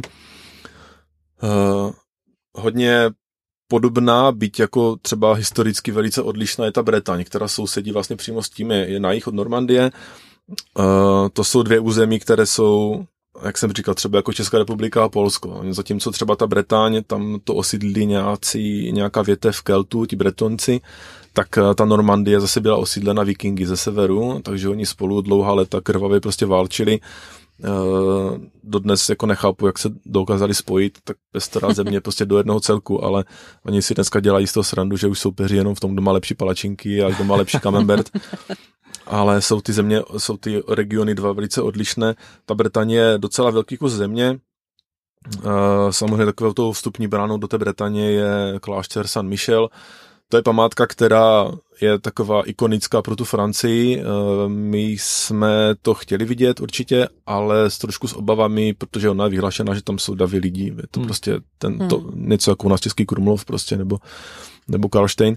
S4: Uh, hodně podobná, byť jako třeba historicky velice odlišná je ta Bretaň, která sousedí vlastně přímo s tím, je, je na jih od Normandie. Uh, to jsou dvě území, které jsou, jak jsem říkal, třeba jako Česká republika a Polsko. Zatímco třeba ta Bretaň, tam to osídlili nějací, nějaká větev Keltů, ti Bretonci, tak ta Normandie zase byla osídlena Vikingy ze severu, takže oni spolu dlouhá léta krvavě prostě válčili. Dodnes jako nechápu, jak se dokázali spojit, tak pestrá země prostě do jednoho celku, ale oni si dneska dělají z toho srandu, že už soupeří jenom v tom, kdo má lepší palačinky a kdo má lepší camembert. Ale jsou ty země, jsou ty regiony dva velice odlišné. Ta Bretaně je docela velký kus země. Samozřejmě takovou tou vstupní bránou do té Bretaně je klášter Saint-Michel. To je památka, která je taková ikonická pro tu Francii. My jsme to chtěli vidět určitě, ale s trošku s obavami, protože ona je vyhlášená, že tam jsou davy lidí. Je to hmm. prostě ten, to, něco jako u nás Český Krumlov prostě, nebo, nebo Karlštejn.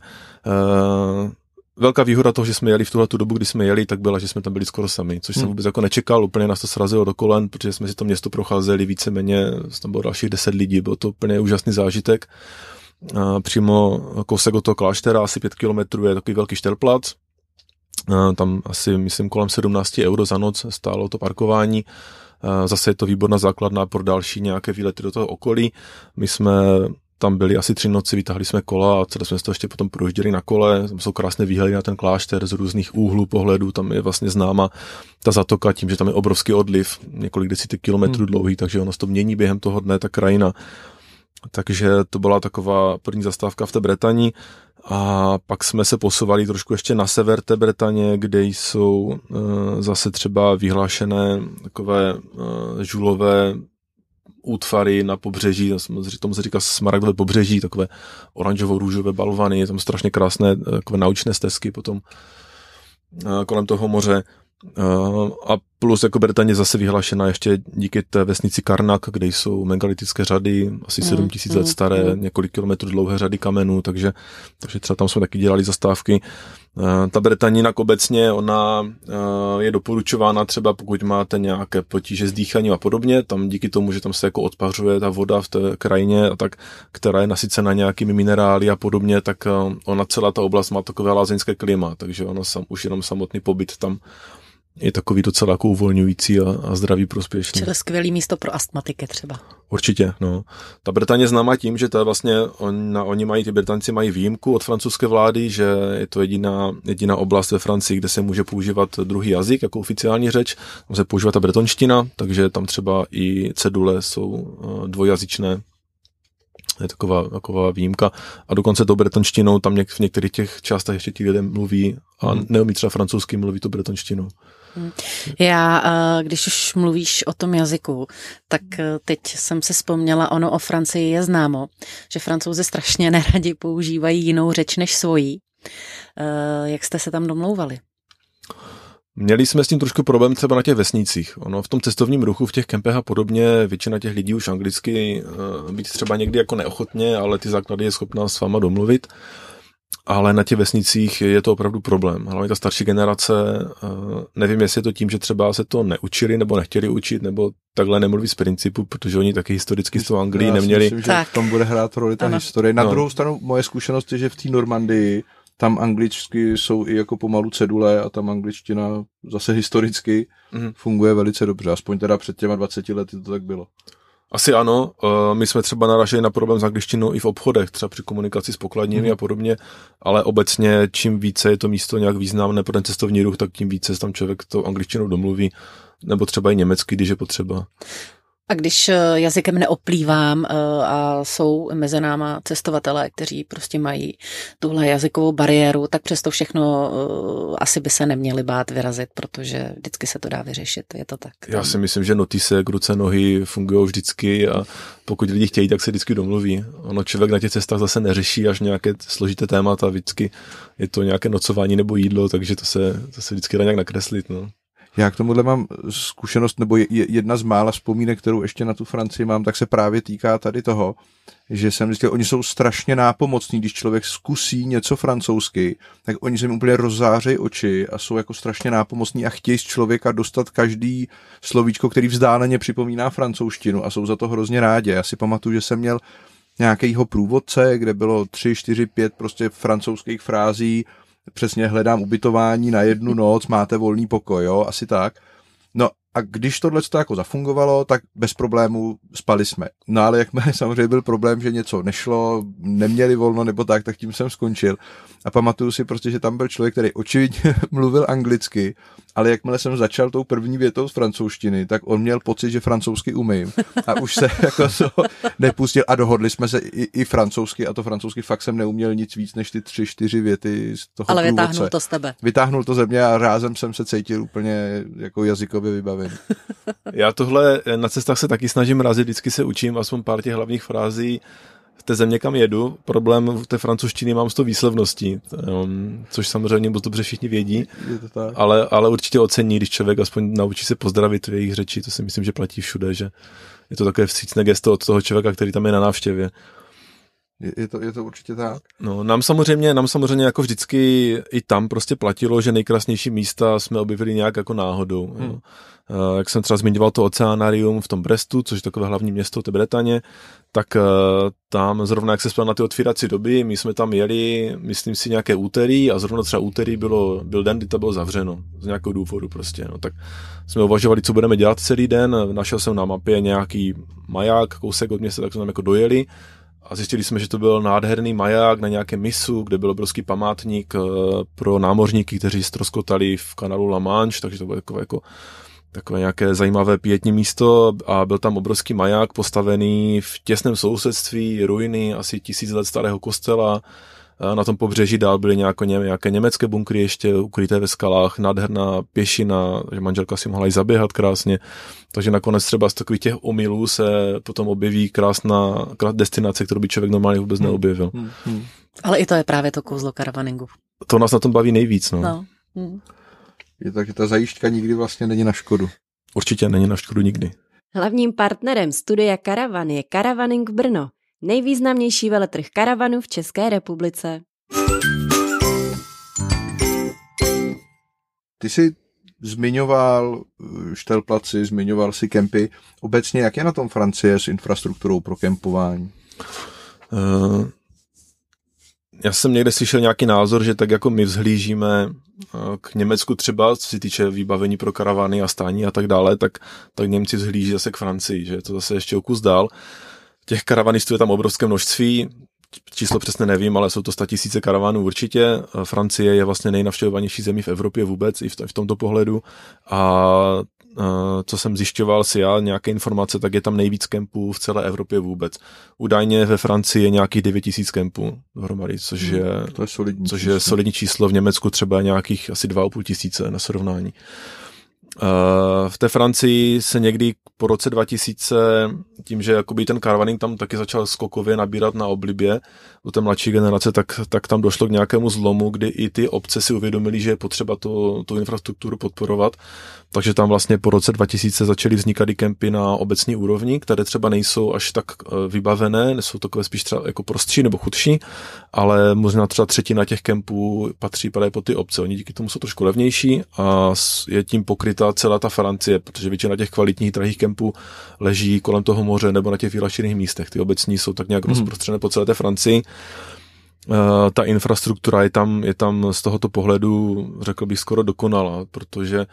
S4: Velká výhoda toho, že jsme jeli v tuhle tu dobu, kdy jsme jeli, tak byla, že jsme tam byli skoro sami, což jsem hmm. vůbec jako nečekal, úplně nás to srazilo do kolen, protože jsme si to město procházeli víceméně, tam bylo dalších deset lidí, byl to úplně úžasný zážitek. A přímo kousek od toho kláštera, asi pět kilometrů, je takový velký štelplac, a tam asi, myslím, kolem sedmnáct euro za noc stálo to parkování. A zase je to výborná základna pro další nějaké výlety do toho okolí. My jsme tam byli asi tři noci, vytáhli jsme kola a celé jsme se to ještě potom projížděli na kole. Tam jsou krásné výhledy na ten klášter z různých úhlů pohledů, tam je vlastně známa ta zatoka tím, že tam je obrovský odliv, několik desítek kilometrů hmm. dlouhý, takže ono se to mění během toho dne, ta krajina. Takže to byla taková první zastávka v té Bretani a pak jsme se posouvali trošku ještě na sever té Bretaně, kde jsou e, zase třeba vyhlášené takové e, žulové útvary na pobřeží, tomu se říká smaragdové pobřeží, takové oranžovo-růžové balvany, tam strašně krásné takové naučné stezky potom kolem toho moře. A plus jako Bretaň je zase vyhlášena ještě díky té vesnici Karnak, kde jsou megalitické řady, asi mm, sedm tisíc mm, let staré, mm. několik kilometrů dlouhé řady kamenů, takže, takže třeba tam jsme taky dělali zastávky. Ta Bretaň jinak obecně, ona je doporučována třeba, pokud máte nějaké potíže s dýchaním a podobně, tam díky tomu, že tam se jako odpařuje ta voda v té krajině, a tak, která je nasycena nějakými minerály a podobně, tak ona celá ta oblast má takové lázeňské klima, takže ono sam, už jenom samotný pobyt tam je takový docela jako uvolňující a, a zdravý prospěšný.
S3: Čili skvělý místo pro astmatiky třeba.
S4: Určitě, no. Ta Bretaň je známá tím, že to je vlastně, on, oni mají, ty Britanci mají výjimku od francouzské vlády, že je to jediná, jediná oblast ve Francii, kde se může používat druhý jazyk jako oficiální řeč. Tam se používá ta bretonština, takže tam třeba i cedule jsou dvojjazyčné. Je taková, taková výjimka. A dokonce tou bretonštinou tam něk, v některých těch částech ještě ti lidé mluví a neumí třeba francouzsky, mluví to bretonštinou.
S3: Já, když už mluvíš o tom jazyku, tak teď jsem si vzpomněla, ono o Francii je známo, že Francouzi strašně neradi používají jinou řeč než svojí. Jak jste se tam domlouvali?
S4: Měli jsme s tím trošku problém třeba na těch vesnicích. Ono v tom cestovním ruchu, v těch kempech a podobně, většina těch lidí už anglicky, být třeba někdy jako neochotně, ale ty základy je schopná s váma domluvit. Ale na těch vesnicích je to opravdu problém. Hlavně ta starší generace, nevím, jestli je to tím, že třeba se to neučili nebo nechtěli učit, nebo takhle nemluví z principu, protože oni taky historicky z toho Anglii neměli.
S2: Myslím, že v tom bude hrát roli ta ano. historie. Na no. druhou stranu moje zkušenost je, že v té Normandii tam anglicky jsou i jako pomalu cedule a tam angličtina zase historicky mm. funguje velice dobře. Aspoň teda před těma dvaceti lety to tak bylo.
S4: Asi ano, my jsme třeba naražili na problém s angličtinou i v obchodech, třeba při komunikaci s pokladními mm. a podobně, ale obecně čím více je to místo nějak významné pro ten cestovní ruch, tak tím více tam člověk to angličtinou domluví, nebo třeba i německy, když je potřeba.
S3: A když jazykem neoplývám a jsou mezi náma cestovatelé, kteří prostě mají tuhle jazykovou bariéru, tak přesto všechno asi by se neměli bát vyrazit, protože vždycky se to dá vyřešit, je to tak.
S4: Já si myslím, že notisek, ruce, nohy fungují vždycky a pokud lidi chtějí, tak se vždycky domluví. Ono člověk na těch cestách zase neřeší až nějaké složité témata, vždycky je to nějaké nocování nebo jídlo, takže to se, to se vždycky dá nějak nakreslit, no.
S2: Já k tomuhle mám zkušenost, nebo jedna z mála vzpomínek, kterou ještě na tu Francii mám, tak se právě týká tady toho, že jsem zjistil, oni jsou strašně nápomocní, když člověk zkusí něco francouzsky, tak oni se jim úplně rozzářejí oči a jsou jako strašně nápomocní a chtějí z člověka dostat každý slovíčko, který vzdáleně připomíná francouzštinu a jsou za to hrozně rádi. Já si pamatuju, že jsem měl nějakýho průvodce, kde bylo tři, čtyři, pět prostě francouzských frází, přesně hledám ubytování na jednu noc, máte volný pokoj, jo, asi tak. No a když tohle to jako zafungovalo, tak bez problémů spali jsme. No ale jakmile samozřejmě byl problém, že něco nešlo, neměli volno nebo tak, tak tím jsem skončil. A pamatuju si prostě, že tam byl člověk, který očividně mluvil anglicky, ale jakmile jsem začal tou první větou z francouzštiny, tak on měl pocit, že francouzsky umím. A už se jako to nepustil a dohodli jsme se i, i francouzsky a to francouzsky fakt jsem neuměl nic víc než ty tři, čtyři věty z toho
S3: ale
S2: průvodce.
S3: vytáhnul to z tebe.
S2: Vytáhnul to ze mě a rázem jsem se cítil úplně jako jazykově vybavený.
S4: Já tohle na cestách se taky snažím razit, vždycky se učím aspoň pár těch hlavních frází v té země, kam jedu. Problém v té francouzštiny mám s tou výslovností, což samozřejmě moc dobře všichni vědí, ale, ale určitě ocení, když člověk aspoň naučí se pozdravit v jejich řeči, to si myslím, že platí všude, že je to takové vstřícné gesto od toho člověka, který tam je na návštěvě.
S2: Je, je, to, je to určitě tak.
S4: No, nám samozřejmě, nám samozřejmě jako vždycky i tam prostě platilo, že nejkrásnější místa jsme objevili nějak jako náhodou. Hmm. Jo. Jak jsem třeba zmiňoval to oceánárium v tom Brestu, což je takové hlavní město té Bretaně, tak tam zrovna jak se spal na ty otvírací doby, my jsme tam jeli, myslím si, nějaké úterý a zrovna třeba úterý bylo, byl den, kdy to bylo zavřeno. Z nějakého důvodu prostě. No, tak jsme uvažovali, co budeme dělat celý den. Našel jsem na mapě nějaký maják, kousek od města, tak jsme tam jako dojeli. A zjistili jsme, že to byl nádherný maják na nějakém mysu, kde byl obrovský památník pro námořníky, kteří ztroskotali v kanálu La Manche, takže to bylo takové, jako, takové nějaké zajímavé pietní místo a byl tam obrovský maják postavený v těsném sousedství ruiny asi tisíc let starého kostela Na tom pobřeží dál byly nějaké, nějaké německé bunkry ještě ukryté ve skalách, nádherná pěšina, že manželka si mohla i zaběhat krásně. Takže nakonec třeba z takových těch omylů se potom objeví krásná, krásná destinace, kterou by člověk normálně vůbec hmm. neobjevil. Hmm.
S3: Hmm. Ale i to je právě to kouzlo karavaningu.
S4: To nás na tom baví nejvíc. No.
S3: No. Hmm.
S2: Je tak, že ta zajížďka nikdy vlastně není na škodu.
S4: Určitě není na škodu nikdy.
S1: Hlavním partnerem studia Karavan je Caravaning Brno, nejvýznamnější veletrh karavanů v České republice.
S2: Ty jsi zmiňoval štelplaci, zmiňoval si kempy. Obecně, jak je na tom Francie s infrastrukturou pro kempování?
S4: Uh, já jsem někde slyšel nějaký názor, že tak jako my vzhlížíme k Německu třeba, co se týče vybavení pro karavany a stání a tak dále, tak, tak Němci vzhlíží zase k Francii, že je to zase ještě o kus dál. Těch karavanistů je tam obrovské množství, číslo přesně nevím, ale jsou to statisíce karavanů určitě. Francie je vlastně nejnavštěvovanější zemí v Evropě vůbec i v, v tomto pohledu a co jsem zjišťoval si já, nějaké informace, tak je tam nejvíc kempů v celé Evropě vůbec. Údajně ve Francii je nějakých devět tisíc kempů dohromady, což je, hmm,
S2: to je solidní,
S4: což
S2: číslo.
S4: je solidní číslo. V Německu třeba nějakých asi dva a půl tisíce na srovnání. V té Francii se někdy po roce dva tisíce, tím, že jakoby ten caravaning tam taky začal skokově nabírat na oblibě u té mladší generace, tak, tak tam došlo k nějakému zlomu, kdy i ty obce si uvědomili, že je potřeba to, tu infrastrukturu podporovat. Takže tam vlastně po roce dva tisíce začaly vznikat i kempy na obecní úrovni, které třeba nejsou až tak vybavené, jsou takové spíš třeba jako prostší nebo chudší, ale možná třeba třetina těch kempů patří právě po ty obce. Oni díky tomu jsou trošku levnější a je tím pokrytá celá ta Francie, protože většina těch kvalitních drahých kempů leží kolem toho moře nebo na těch vylaštěných místech. Ty obecní jsou tak nějak hmm. rozprostřené po celé té Francii. Uh, ta infrastruktura je tam, je tam z tohoto pohledu, řekl bych, skoro dokonalá, protože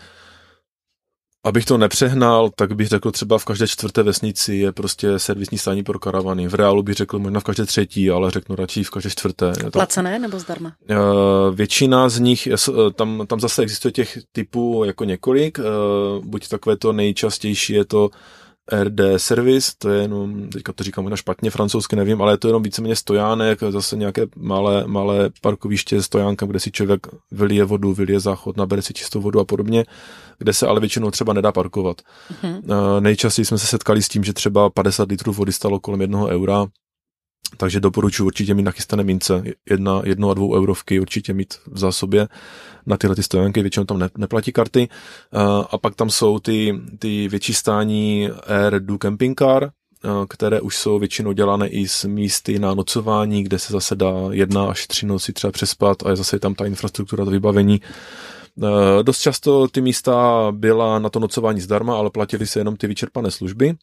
S4: abych to nepřehnal, tak bych řekl třeba v každé čtvrté vesnici je prostě servisní stání pro karavany. V reálu bych řekl možná v každé třetí, ale řeknu radši v každé čtvrté.
S3: Placené nebo zdarma?
S4: Uh, většina z nich, tam, tam zase existuje těch typů jako několik, uh, buď takové to nejčastější je to R D Service, to je jenom, teďka to říkám možná špatně, francouzsky nevím, ale je to jenom víceméně stojánek, zase nějaké malé, malé parkoviště, stojánka, kde si člověk vylije vodu, vylije záchod, nabere si čistou vodu a podobně, kde se ale většinou třeba nedá parkovat. Mm-hmm. Uh, nejčastěji jsme se setkali s tím, že třeba padesát litrů vody stalo kolem jednoho eura, takže doporučuji určitě mít nachystané mince, jedna, jedno a dvou eurovky určitě mít v zásobě na tyhle ty stojanky, většinou tam ne, neplatí karty. Uh, a pak tam jsou ty, ty větší stání Air du Camping Car, uh, které už jsou většinou dělané i s místy na nocování, kde se zase dá jedna až tři noci třeba přespat a je zase tam ta infrastruktura, to vybavení. Uh, dost často ty místa byla na to nocování zdarma, ale platily se jenom ty vyčerpané služby.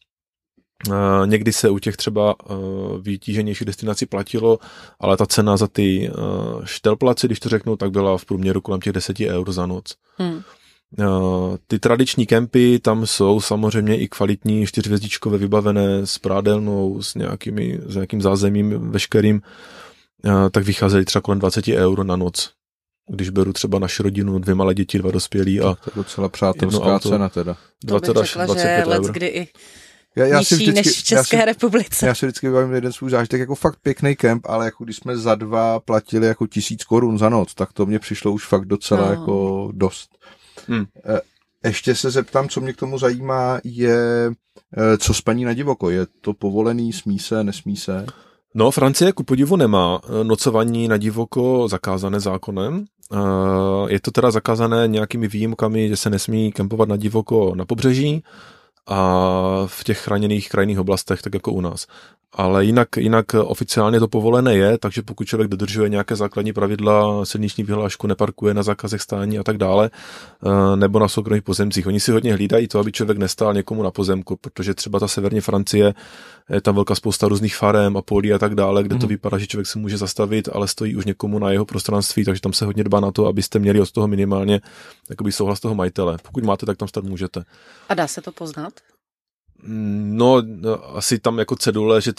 S4: Uh, někdy se u těch třeba uh, vytíženějších destinací platilo, ale ta cena za ty uh, štelplaci, když to řeknu, tak byla v průměru kolem těch deset eur za noc. Hmm. Uh, ty tradiční kempy, tam jsou samozřejmě i kvalitní čtyřhvězdičkové vybavené s prádelnou, s, nějakými, s nějakým zázemím veškerým, uh, tak vycházely třeba kolem dvacet eur na noc. Když beru třeba naši rodinu, dvě malé děti, dva dospělí a
S2: to je docela přátelská cena teda.
S4: dvacet až dvacet pět eur.
S3: Kdy i
S2: Já, já
S3: nižší
S2: si vždycky,
S3: než v České
S2: já si,
S3: republice.
S2: Já si vždycky vybavím jeden svůj zážitek, jako fakt pěkný kemp, ale jako když jsme za dva platili jako tisíc korun za noc, tak to mně přišlo už fakt docela no. jako dost. Hmm. Ještě se zeptám, co mě k tomu zajímá, je co spaní na divoko. Je to povolený, smí se, nesmí se?
S4: No, Francie ku podivu nemá nocování na divoko zakázané zákonem. Je to teda zakázané nějakými výjimkami, že se nesmí kempovat na divoko na pobřeží a v těch chráněných krajinných oblastech, tak jako u nás. Ale jinak, jinak oficiálně to povolené je, takže pokud člověk dodržuje nějaké základní pravidla, silniční vyhlášku, neparkuje na zákazech stání a tak dále, nebo na soukromých pozemcích. Oni si hodně hlídají to, aby člověk nestál někomu na pozemku, protože třeba ta severní Francie, je tam velká spousta různých farem a polí a tak dále, kde to vypadá, že člověk se může zastavit, ale stojí už někomu na jeho prostranství, takže tam se hodně dbá na to, abyste měli od toho minimálně jakoby souhlas toho majitele. Pokud máte, tak tam stát můžete.
S3: A dá se to poznat?
S4: No, asi tam jako cedule, že to je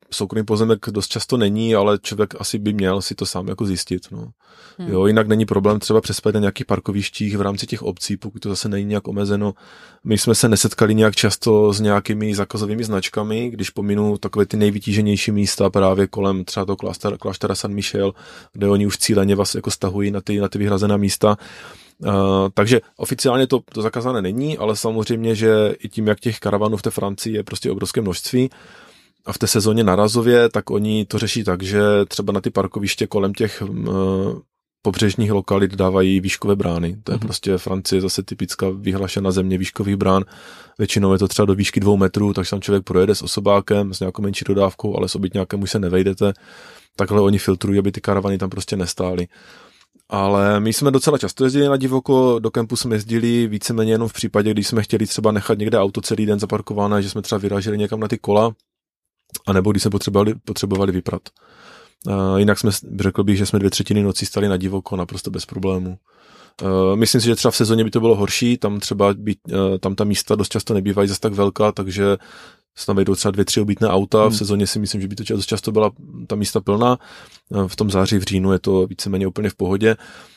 S4: soukromý pozemek dost často není, ale člověk asi by měl si to sám jako zjistit. No.
S3: Hmm.
S4: Jo, jinak není problém třeba přespat na nějakých parkovištích v rámci těch obcí, pokud to zase není nějak omezeno. My jsme se nesetkali nějak často s nějakými zakazovými značkami, když pominu takové ty nejvytíženější místa právě kolem třeba toho kláštera, kláštera San Michel, kde oni už cíleně vás jako stahují na ty, na ty vyhrazená místa. Uh, takže oficiálně to, to zakázané není, ale samozřejmě, že i tím, jak těch karavanů v té Francii je prostě obrovské množství a v té sezóně narazově, tak oni to řeší tak, že třeba na ty parkoviště kolem těch uh, pobřežních lokalit dávají výškové brány. To je mm. prostě Francie zase typická vyhlašená země výškových brán. Většinou je to třeba do výšky dvou metrů, takže tam člověk projede s osobákem, s nějakou menší dodávkou, ale s obytňákem už se nevejdete. Takhle oni filtrují, aby ty karavany tam prostě nestály. Ale my jsme docela často jezdili na divoko, do kempu jsme jezdili víceméně jenom v případě, když jsme chtěli třeba nechat někde auto celý den zaparkované, že jsme třeba vyráželi někam na ty kola, anebo když jsme potřebovali, potřebovali vyprat. Uh, jinak jsme, řekl bych, že jsme dvě třetiny noci stali na divoko naprosto bez problémů. Uh, myslím si, že třeba v sezóně by to bylo horší, tam třeba by, uh, tam ta místa dost často nebývají zase tak velká, takže se tam vejdou třeba dvě, tři obytné auta, hmm. v sezóně si myslím, že by to dost často byla ta místa plná, v tom září, v říjnu je to víceméně úplně v pohodě.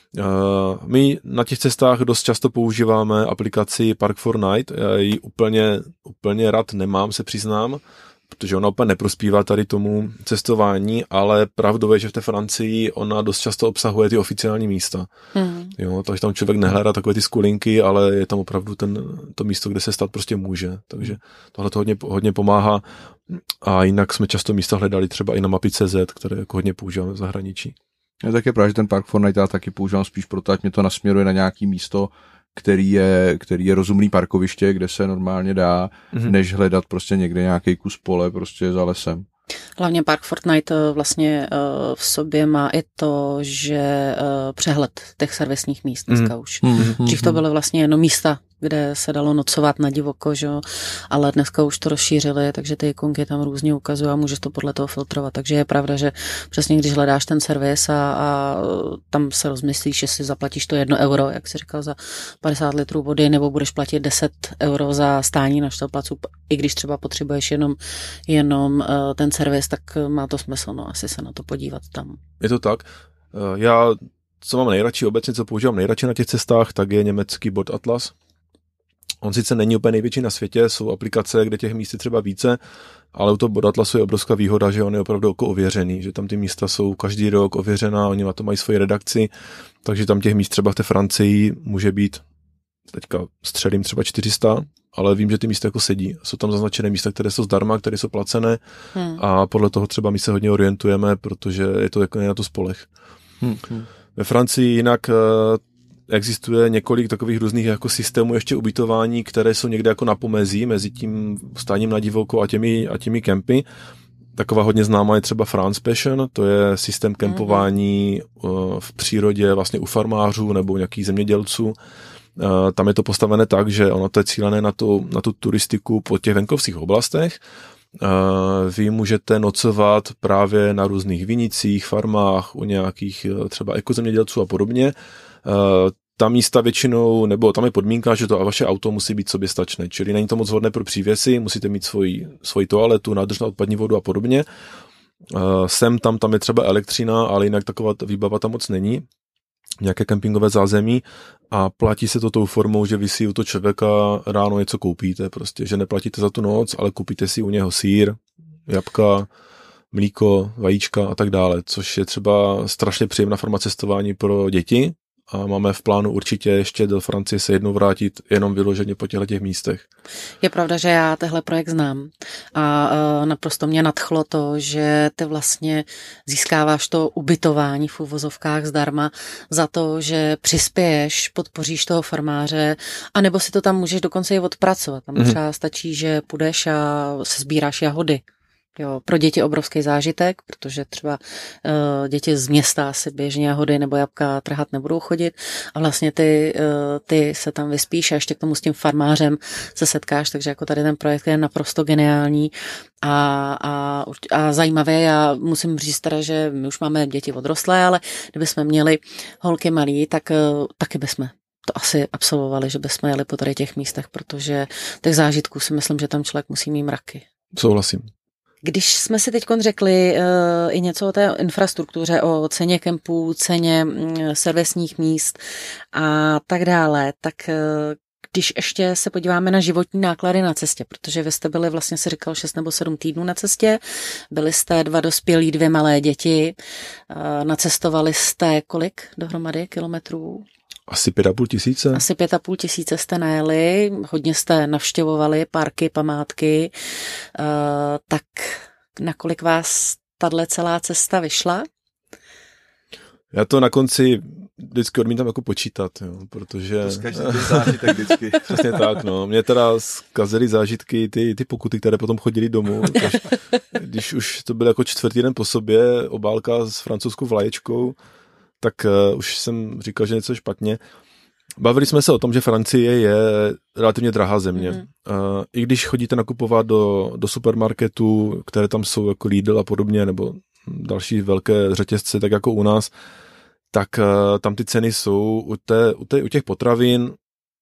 S4: My na těch cestách dost často používáme aplikaci Park for Night, já ji úplně, úplně rád nemám, se přiznám, protože ona úplně neprospívá tady tomu cestování, ale pravdou je, že v té Francii ona dost často obsahuje ty oficiální místa. Mm. Jo, takže tam člověk nehledá takové ty skulinky, ale je tam opravdu ten, to místo, kde se stát prostě může. Takže tohle to hodně, hodně pomáhá a jinak jsme často místa hledali třeba i na mapy tečka cé zet, které jako hodně používáme v zahraničí.
S2: Je taky právě, že ten Park for Night já taky používám spíš proto, ať mě to nasměruje na nějaký místo, který je, který je rozumný parkoviště, kde se normálně dá, mm-hmm. než hledat prostě někde nějaký kus pole prostě za lesem.
S3: Hlavně Park for Night vlastně v sobě má i to, že přehled těch servisních míst dneska mm. už. Mm-hmm. Dřív to byly vlastně jenom místa, kde se dalo nocovat na divoko, že? Ale dneska už to rozšířili, takže ty ikonky tam různě ukazují a můžeš to podle toho filtrovat. Takže je pravda, že přesně když hledáš ten servis a, a tam se rozmyslíš, že si zaplatíš to jedno euro, jak jsi říkal, za padesát litrů vody, nebo budeš platit deset euro za stání na štelplacu, i když třeba potřebuješ jenom, jenom uh, ten servis, tak má to smysl, no, asi se na to podívat tam.
S4: Je to tak. Já, co mám nejradši obecně, co používám nejradši na těch cestách, tak je německý Board Atlas. On sice není úplně největší na světě, jsou aplikace, kde těch míst je třeba více, ale u toho Board Atlasu je obrovská výhoda, že on je opravdu jako ověřený, že tam ty místa jsou každý rok ověřená, oni na to mají svoji redakci, takže tam těch míst třeba v té Francii může být, teďka střelím třeba čtyři sta, ale vím, že ty místa jako sedí. Jsou tam zaznačené místa, které jsou zdarma, které jsou placené hmm. a podle toho třeba my se hodně orientujeme, protože je to jako na to spoleh. Hmm. Hmm. Ve Francii jinak existuje několik takových různých jako systémů ještě ubytování, které jsou někde jako na pomezí mezi tím stáním na divoko a těmi, a těmi kempy. Taková hodně známá je třeba France Passion, to je systém kempování mm-hmm. v přírodě vlastně u farmářů nebo nějakých zemědělců. Tam je to postavené tak, že ono to je cílené na tu, na tu turistiku po těch venkovských oblastech. Vy můžete nocovat právě na různých vinicích, farmách, u nějakých třeba ekozemědělců a podobně. Ta místa většinou, nebo tam je podmínka, že to vaše auto musí být soběstačné, čili není to moc vhodné pro přívěsy, musíte mít svoji, svoji toaletu, nádrž na odpadní vodu a podobně. Sem tam, tam je třeba elektřina, ale jinak taková výbava tam moc není. Nějaké kempingové zázemí a platí se to tou formou, že vy si u toho člověka ráno něco koupíte, prostě, že neplatíte za tu noc, ale koupíte si u něho sýr, jabka, mlíko, vajíčka a tak dále, což je třeba strašně příjemná forma cestování pro děti a máme v plánu určitě ještě do Francie se jednou vrátit jenom vyloženě po těchto těch místech.
S3: Je pravda, že já tehle projekt znám a uh, naprosto mě nadchlo to, že ty vlastně získáváš to ubytování v uvozovkách zdarma za to, že přispěješ, podpoříš toho farmáře, anebo si to tam můžeš dokonce i odpracovat. Tam mm-hmm. třeba stačí, že půjdeš a se sbíráš jahody. Jo, pro děti obrovský zážitek, protože třeba uh, děti z města si běžně jahody nebo jabka trhat nebudou chodit a vlastně ty, uh, ty se tam vyspíš a ještě k tomu s tím farmářem se setkáš, takže jako tady ten projekt je naprosto geniální a, a, a zajímavé. Já musím říct teda, že my už máme děti odrostlé, ale kdybychom měli holky malý, tak uh, taky bychom to asi absolvovali, že bychom jeli po tady těch místech, protože těch zážitků si myslím, že tam člověk musí mít mraky.
S4: Souhlasím.
S3: Když jsme si teď řekli uh, i něco o té infrastruktuře, o ceně kempů, ceně um, servisních míst a tak dále, tak uh, když ještě se podíváme na životní náklady na cestě, protože vy jste byli, vlastně si říkal, šest nebo sedm týdnů na cestě, byli jste dva dospělí, dvě malé děti, uh, nacestovali jste kolik dohromady kilometrů?
S4: Asi pět a půl tisíce.
S3: Asi pět a půl tisíce jste najeli, hodně jste navštěvovali parky, památky, uh, tak nakolik vás tahle celá cesta vyšla?
S4: Já to na konci vždycky odmítám jako počítat, jo, protože...
S2: To zkaží zážitek vždycky.
S4: Přesně tak, no. Mě teda zkazily zážitky ty, ty pokuty, které potom chodily domů. Když, když už to byl jako čtvrtý den po sobě, obálka s francouzskou vlaječkou, tak uh, už jsem říkal, že něco špatně. Bavili jsme se o tom, že Francie je relativně drahá země. Mm. Uh, I když chodíte nakupovat do, do supermarketů, které tam jsou jako Lidl a podobně, nebo další velké řetězce, tak jako u nás, tak uh, tam ty ceny jsou u, té, u, té, u těch potravin,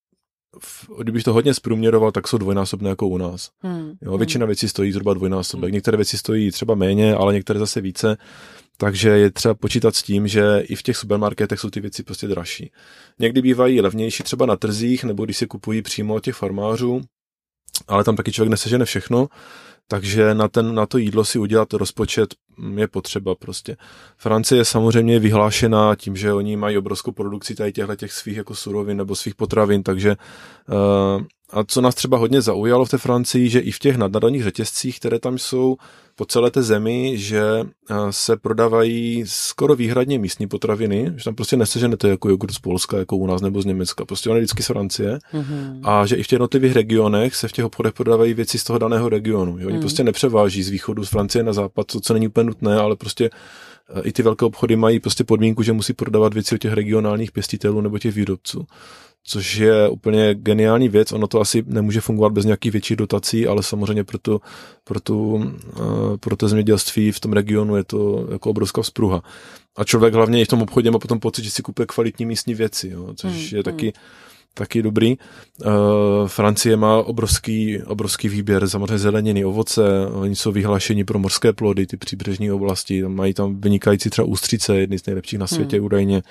S4: v, kdybych to hodně zprůměroval, tak jsou dvojnásobné jako u nás. Mm. Jo, většina věcí stojí zhruba dvojnásobek. Některé věci stojí třeba méně, ale některé zase více. Takže je třeba počítat s tím, že i v těch supermarketech jsou ty věci prostě dražší. Někdy bývají levnější třeba na trzích, nebo když si kupují přímo od těch farmářů, ale tam taky člověk nesežene všechno, takže na, ten, na to jídlo si udělat rozpočet je potřeba prostě. Francie je samozřejmě vyhlášená tím, že oni mají obrovskou produkci tady těchto těch svých jako surovin nebo svých potravin, takže uh, a co nás třeba hodně zaujalo v té Francii, že i v těch nadnárodních řetězcích, které tam jsou po celé té zemi, že se prodávají skoro výhradně místní potraviny, že tam prostě neseženete jako jogurt z Polska, jako u nás nebo z Německa, prostě on je vždycky z Francie mm-hmm. a že i v těch jednotlivých regionech se v těch obchodech prodávají věci z toho daného regionu. Jo? Oni mm. prostě nepřeváží z východu, z Francie na západ, to, co není úplně nutné, ale prostě i ty velké obchody mají prostě podmínku, že musí prodávat věci od těch regionálních pěstitelů nebo těch výrobců. Což je úplně geniální věc, ono to asi nemůže fungovat bez nějakých větších dotací, ale samozřejmě pro, tu, pro, tu, pro to zemědělství v tom regionu je to jako obrovská vzpruha. A člověk hlavně i v tom obchodě má potom pocit, že si kupuje kvalitní místní věci, jo, což hmm, je taky, hmm. taky dobrý. Uh, Francie má obrovský, obrovský výběr, samozřejmě zeleniny, ovoce, oni jsou vyhlášeni pro mořské plody, ty příbřežní oblasti, tam mají tam vynikající třeba ústřice, jedny z nejlepších na světě hmm. údajně.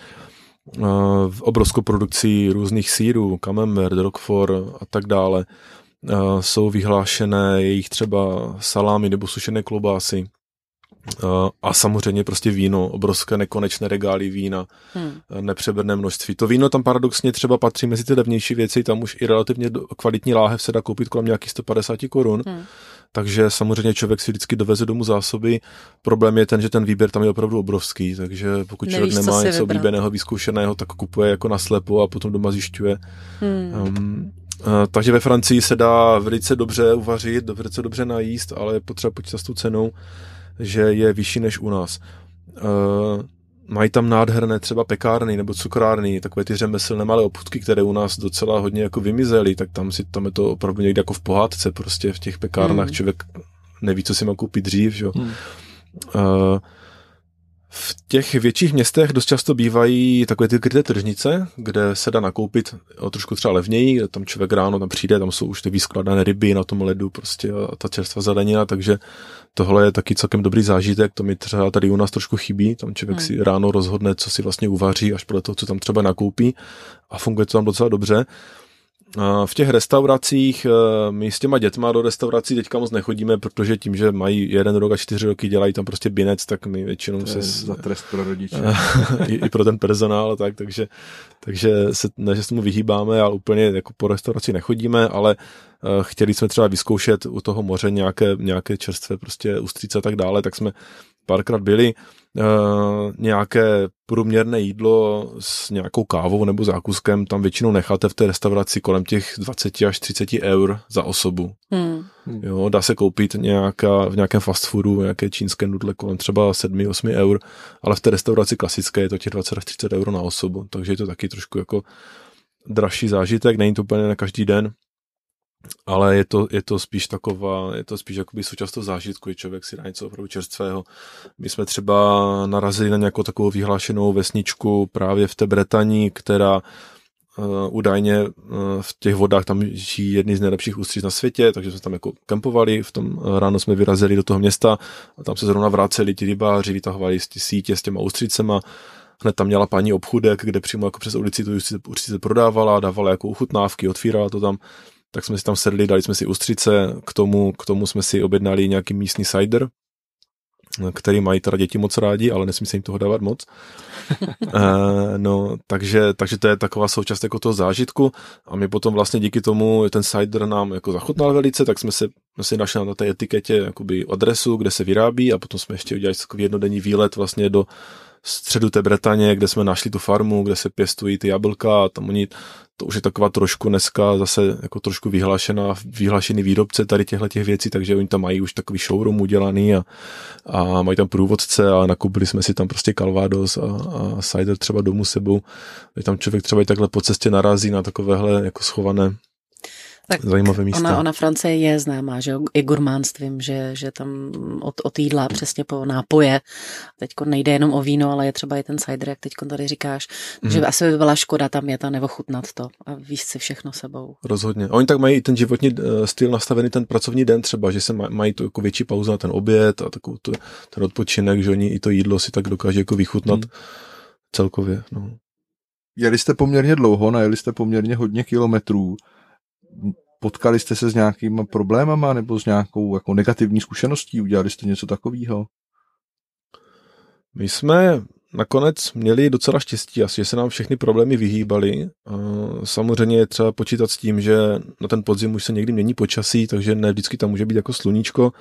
S4: V obrovskou produkci různých sýrů, camembert, roquefort a tak dále. Jsou vyhlášené jejich třeba salámy nebo sušené klobásy. A samozřejmě prostě víno, obrovské nekonečné regály vína, hmm. nepřeberné množství. To víno tam paradoxně třeba patří mezi ty levnější věci, tam už i relativně kvalitní láhev se dá koupit kolem nějakých sto padesát korun. Hmm. Takže samozřejmě člověk si vždycky doveze domů zásoby. Problém je ten, že ten výběr tam je opravdu obrovský, takže pokud člověk Nevíš, nemá něco oblíbeného, vyzkoušeného, tak kupuje jako naslepo a potom doma zjišťuje. Hmm. Um, uh, takže ve Francii se dá velice dobře uvařit, velice dobře najíst, ale je potřeba počítat s tou cenou, že je vyšší než u nás. Uh, mají tam nádherné třeba pekárny nebo cukrárny, takové ty řemeslné malé obchůdky, které u nás docela hodně jako vymizely, tak tam si tam je to opravdu někde jako v pohádce, prostě v těch pekárnách hmm. člověk neví, co si má koupit dřív, že? Hmm. Uh, v těch větších městech dost často bývají takové ty kryté tržnice, kde se dá nakoupit o trošku třeba levněji, kde tam člověk ráno tam přijde, tam jsou už ty vyskladané ryby na tom ledu prostě a ta čerstvá zelenina, takže tohle je taky celkem dobrý zážitek, to mi třeba tady u nás trošku chybí, tam člověk hmm. si ráno rozhodne, co si vlastně uvaří, až podle toho, co tam třeba nakoupí a funguje to tam docela dobře. V těch restauracích, my s těma dětma do restaurací teďka moc nechodíme, protože tím, že mají jeden rok a čtyři roky, dělají tam prostě binec, tak my většinou se...
S2: za trest pro rodiče.
S4: I, I pro ten personál, tak, takže, takže se, ne, že se mu vyhýbáme, ale úplně jako po restauraci nechodíme, ale uh, chtěli jsme třeba vyzkoušet u toho moře nějaké, nějaké čerstvé prostě ústřice a tak dále, tak jsme párkrát byli. Uh, nějaké průměrné jídlo s nějakou kávou nebo zákuskem tam většinou necháte v té restauraci kolem těch dvacet až třicet eur za osobu. Hmm. Jo, dá se koupit nějaká, v nějakém fast foodu nějaké čínské nudle kolem třeba sedm až osm eur, ale v té restauraci klasické je to těch dvacet až třicet eur na osobu, takže je to taky trošku jako dražší zážitek, není to úplně na každý den. Ale je to, je to spíš taková, je to spíš jakoby součást toho zážitku, že člověk si dá něco opravdu čerstvého. My jsme třeba narazili na nějakou takovou vyhlášenou vesničku právě v té Bretani, která uh, údajně uh, v těch vodách tam žijí jedny z nejlepších ústřic na světě, takže jsme tam jako kempovali, v tom uh, ráno jsme vyrazili do toho města a tam se zrovna vraceli ti rybáři, vytahovali ty sítě s těma ústřicema. Hned tam měla paní obchůdek, kde přímo jako přes ulici tu ústřice prodávala, dávala jako ochutnávky, otvírala to tam. Tak jsme si tam sedli, dali jsme si ústřice, k tomu, k tomu jsme si objednali nějaký místní cider, který mají teda děti moc rádi, ale nesmí se jim toho dávat moc. e, no, takže, takže to je taková součást jako toho zážitku a my potom vlastně díky tomu ten cider nám jako zachutnal velice, tak jsme se jsme si našli na té etiketě jakoby adresu, kde se vyrábí a potom jsme ještě udělali takový jednodenní výlet vlastně do středu té Bretaně, kde jsme našli tu farmu, kde se pěstují ty jablka a tam oni, to už je taková trošku dneska zase jako trošku vyhlášená, vyhlášený výrobce tady těchto těch věcí, takže oni tam mají už takový showroom udělaný a, a mají tam průvodce a nakoupili jsme si tam prostě Calvados a, a cider třeba domů sebou, kde tam člověk třeba i takhle po cestě narazí na takovéhle jako schované
S3: tak
S4: zajímavé místa.
S3: Ona, ona Francie je známá, že i gurmánstvím, že, že tam od, od jídla přesně po nápoje. Teďko nejde jenom o víno, ale je třeba i ten cider, jak teďko tady říkáš. Takže mm. asi by byla škoda tam jet a neochutnat to a víc si všechno sebou.
S4: Rozhodně. A oni tak mají ten životní styl nastavený ten pracovní den třeba, že se mají to jako větší pauzu na ten oběd a takovou to, ten odpočinek, že oni i to jídlo si tak dokáže jako vychutnat mm. celkově. No.
S2: Jeli jste poměrně dlouho, najeli jste poměrně hodně kilometrů. Potkali jste se s nějakýma problémama nebo s nějakou jako negativní zkušeností? Udělali jste něco takového?
S4: My jsme nakonec měli docela štěstí, asi, že se nám všechny problémy vyhýbaly. Samozřejmě je třeba počítat s tím, že na ten podzim už se někdy mění počasí, takže ne vždycky tam může být jako sluníčko.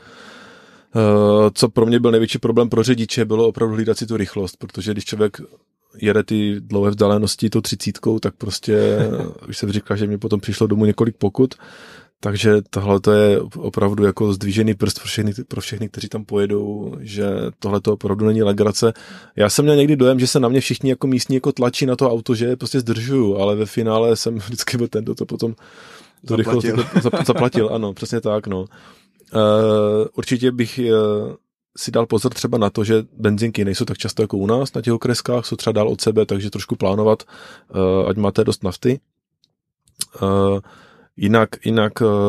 S4: Co pro mě byl největší problém pro řidiče, bylo opravdu hlídat si tu rychlost, protože když člověk jede ty dlouhé vzdálenosti tou třicítkou, tak prostě už jsem říkal, že mi potom přišlo domů několik pokut, takže tohle to je opravdu jako zdvížený prst pro všechny, pro všechny, kteří tam pojedou, že tohle to opravdu není legrace. Já jsem měl někdy dojem, že se na mě všichni jako místní jako tlačí na to auto, že prostě zdržuju, ale ve finále jsem vždycky byl ten, kdo to potom to
S2: zaplatil.
S4: rychlost zaplatil, ano, přesně tak, no. Uh, určitě bych uh, si dal pozor třeba na to, že benzinky nejsou tak často jako u nás na těch okreskách, jsou třeba dál od sebe, takže trošku plánovat, uh, ať máte dost nafty. Uh, jinak jinak uh,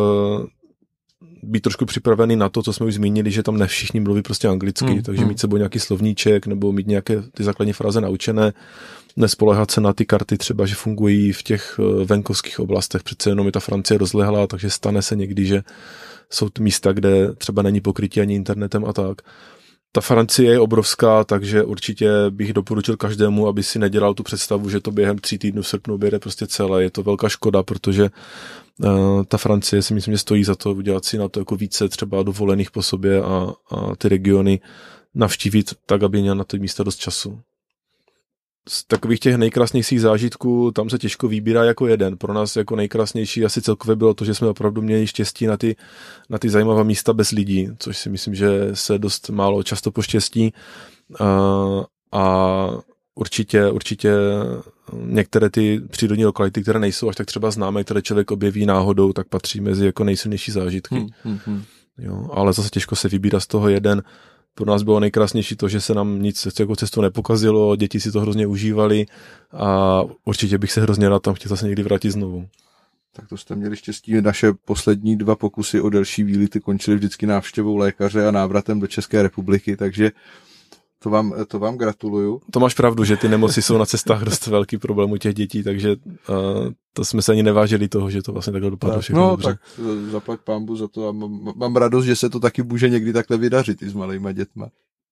S4: být trošku připravený na to, co jsme už zmínili, že tam ne všichni mluví prostě anglicky, hmm, takže hmm. mít sebou nějaký slovníček nebo mít nějaké ty základní fráze naučené, nespoléhat se na ty karty třeba, že fungují v těch venkovských oblastech, přece jenom je ta Francie rozlehlá, takže stane se někdy, že jsou místa, kde třeba není pokrytí ani internetem a tak. Ta Francie je obrovská, takže určitě bych doporučil každému, aby si nedělal tu představu, že to během tří týdnů v srpnu běde prostě celé. Je to velká škoda, protože uh, ta Francie si myslím, že stojí za to udělat si na to jako více třeba dovolených po sobě a, a ty regiony navštívit tak, aby měl na ty místa dost času. Z takových těch nejkrásnějších zážitků tam se těžko vybírá jako jeden. Pro nás jako nejkrásnější asi celkově bylo to, že jsme opravdu měli štěstí na ty, na ty zajímavé místa bez lidí, což si myslím, že se dost málo často poštěstí. A, a určitě, určitě některé ty přírodní lokality, které nejsou až tak třeba známé, které člověk objeví náhodou, tak patří mezi jako nejsilnější zážitky. Hmm, hmm, hmm. Jo, ale zase těžko se vybírá z toho jeden. Pro nás bylo nejkrásnější to, že se nám nic jako cestu nepokazilo, děti si to hrozně užívali a určitě bych se hrozně rád tam chtěl zase někdy vrátit znovu.
S2: Tak to jste měli štěstí. Naše poslední dva pokusy o delší výlety končily vždycky návštěvou lékaře a návratem do České republiky, takže to vám, to vám gratuluju.
S4: To máš pravdu, že ty nemoci jsou na cestách dost velký problém u těch dětí, takže uh, to jsme se ani nevážili toho, že to vlastně takhle dopadlo všechno
S2: no,
S4: dobře.
S2: Tak zaplať pánbu za to a mám, mám radost, že se to taky může někdy takhle vydařit i s malejma dětma.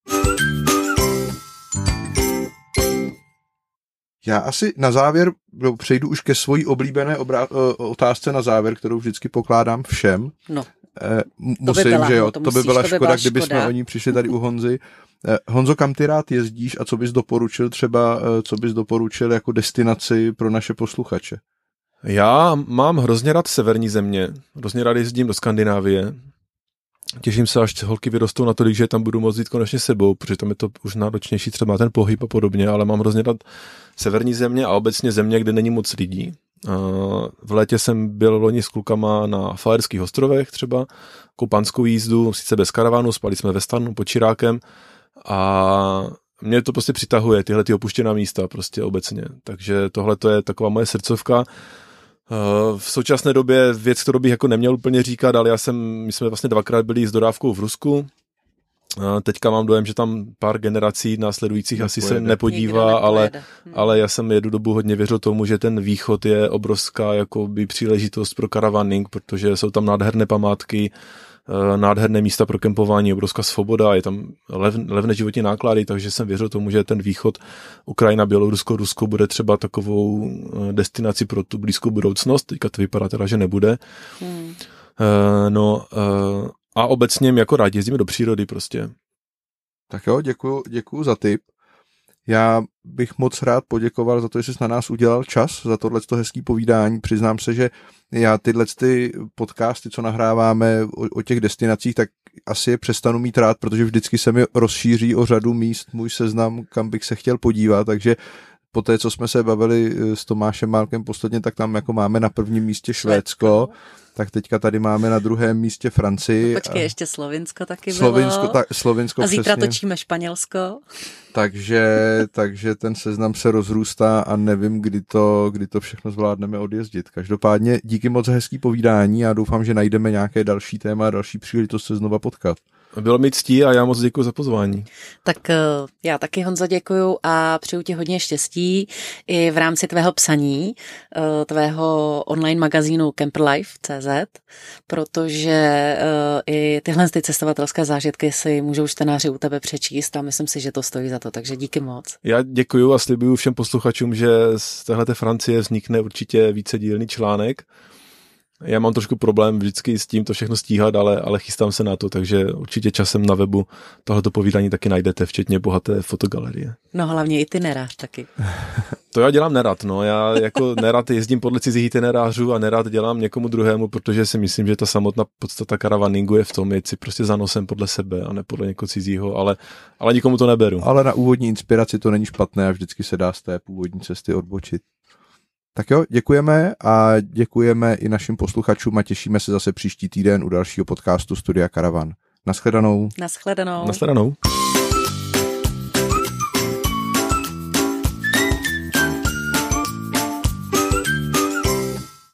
S2: Já asi na závěr přejdu už ke svojí oblíbené obrá- otázce na závěr, kterou vždycky pokládám všem.
S3: No.
S2: Eh, musím, by byla, že jo, to, to by byla to by škoda, byla kdyby škoda. Jsme o ní přišli tady u Honzy. Eh, Honzo, kam ty rád jezdíš a co bys doporučil třeba, eh, co bys doporučil jako destinaci pro naše posluchače?
S4: Já mám hrozně rád severní země, hrozně rád jezdím do Skandinávie. Těším se, až holky vyrostou natolik, že tam budu moct jít konečně sebou, protože tam je to už náročnější třeba na ten pohyb a podobně, ale mám hrozně rád severní země a obecně země, kde není moc lidí. V létě jsem byl loni s klukama na Faerských ostrovech třeba, koupanskou jízdu, sice bez karavanu, spali jsme ve stanu pod Čirákem a mě to prostě přitahuje, tyhle ty opuštěná místa prostě obecně. Takže tohle to je taková moje srdcovka. V současné době věc, kterou bych jako neměl úplně říkat, ale já jsem, my jsme vlastně dvakrát byli s dodávkou v Rusku. Teďka mám dojem, že tam pár generací následujících asi se nepodívá, ale, ale já jsem jednu dobu hodně věřil tomu, že ten východ je obrovská jakoby příležitost pro caravaning, protože jsou tam nádherné památky, nádherné místa pro kempování, obrovská svoboda, je tam lev, levné životní náklady, takže jsem věřil tomu, že ten východ, Ukrajina, Bělorusko, Rusko bude třeba takovou destinaci pro tu blízkou budoucnost. Teďka to vypadá teda, že nebude. Hmm. Uh, no uh, a obecně jako rád jezdíme do přírody prostě.
S2: Tak jo, děkuju, děkuju za tip. Já bych moc rád poděkoval za to, že jsi na nás udělal čas, za tohleto hezký povídání. Přiznám se, že já tyhle ty podcasty, co nahráváme o, o těch destinacích, tak asi je přestanu mít rád, protože vždycky se mi rozšíří o řadu míst můj seznam, kam bych se chtěl podívat, takže po té, co jsme se bavili s Tomášem Málkem posledně, tak tam jako máme na prvním místě Švédsko, tak teďka tady máme na druhém místě Francii.
S3: No počkej, ještě Slovinsko taky
S2: Slovinsko,
S3: bylo.
S2: Ta, Slovinsko
S3: a zítra
S2: přesně.
S3: Točíme Španělsko.
S2: Takže, takže ten seznam se rozrůstá a nevím, kdy to, kdy to všechno zvládneme odjezdit. Každopádně díky moc za hezký povídání a doufám, že najdeme nějaké další téma, další příležitost se znova potkat.
S4: Bylo mi ctí a já moc děkuji za pozvání.
S3: Tak já taky, Honzo, děkuju a přeju ti hodně štěstí i v rámci tvého psaní, tvého online magazínu camperlife tečka cé zet, protože i tyhle ty cestovatelské zážitky si můžou čtenáři u tebe přečíst a myslím si, že to stojí za to, takže díky moc.
S4: Já děkuju a slibuju všem posluchačům, že z téhleté Francie vznikne určitě vícedílný článek. Já mám trošku problém vždycky s tím to všechno stíhat, ale, ale chystám se na to, takže určitě časem na webu tohleto povídání taky najdete, včetně bohaté fotogalerie.
S3: No hlavně i ty nerad taky.
S4: To já dělám nerad, no. Já jako nerad jezdím podle cizích itinerářů a nerad dělám někomu druhému, protože si myslím, že ta samotná podstata karavaningu je v tom, jet si prostě za nosem podle sebe a ne podle někoho cizího, ale, ale nikomu to neberu.
S2: Ale na úvodní inspiraci to není špatné a vždycky se dá z té původní cesty odbočit. Tak jo, děkujeme a děkujeme i našim posluchačům a těšíme se zase příští týden u dalšího podcastu Studia Caravan. Naschledanou.
S3: Naschledanou.
S4: Naschledanou.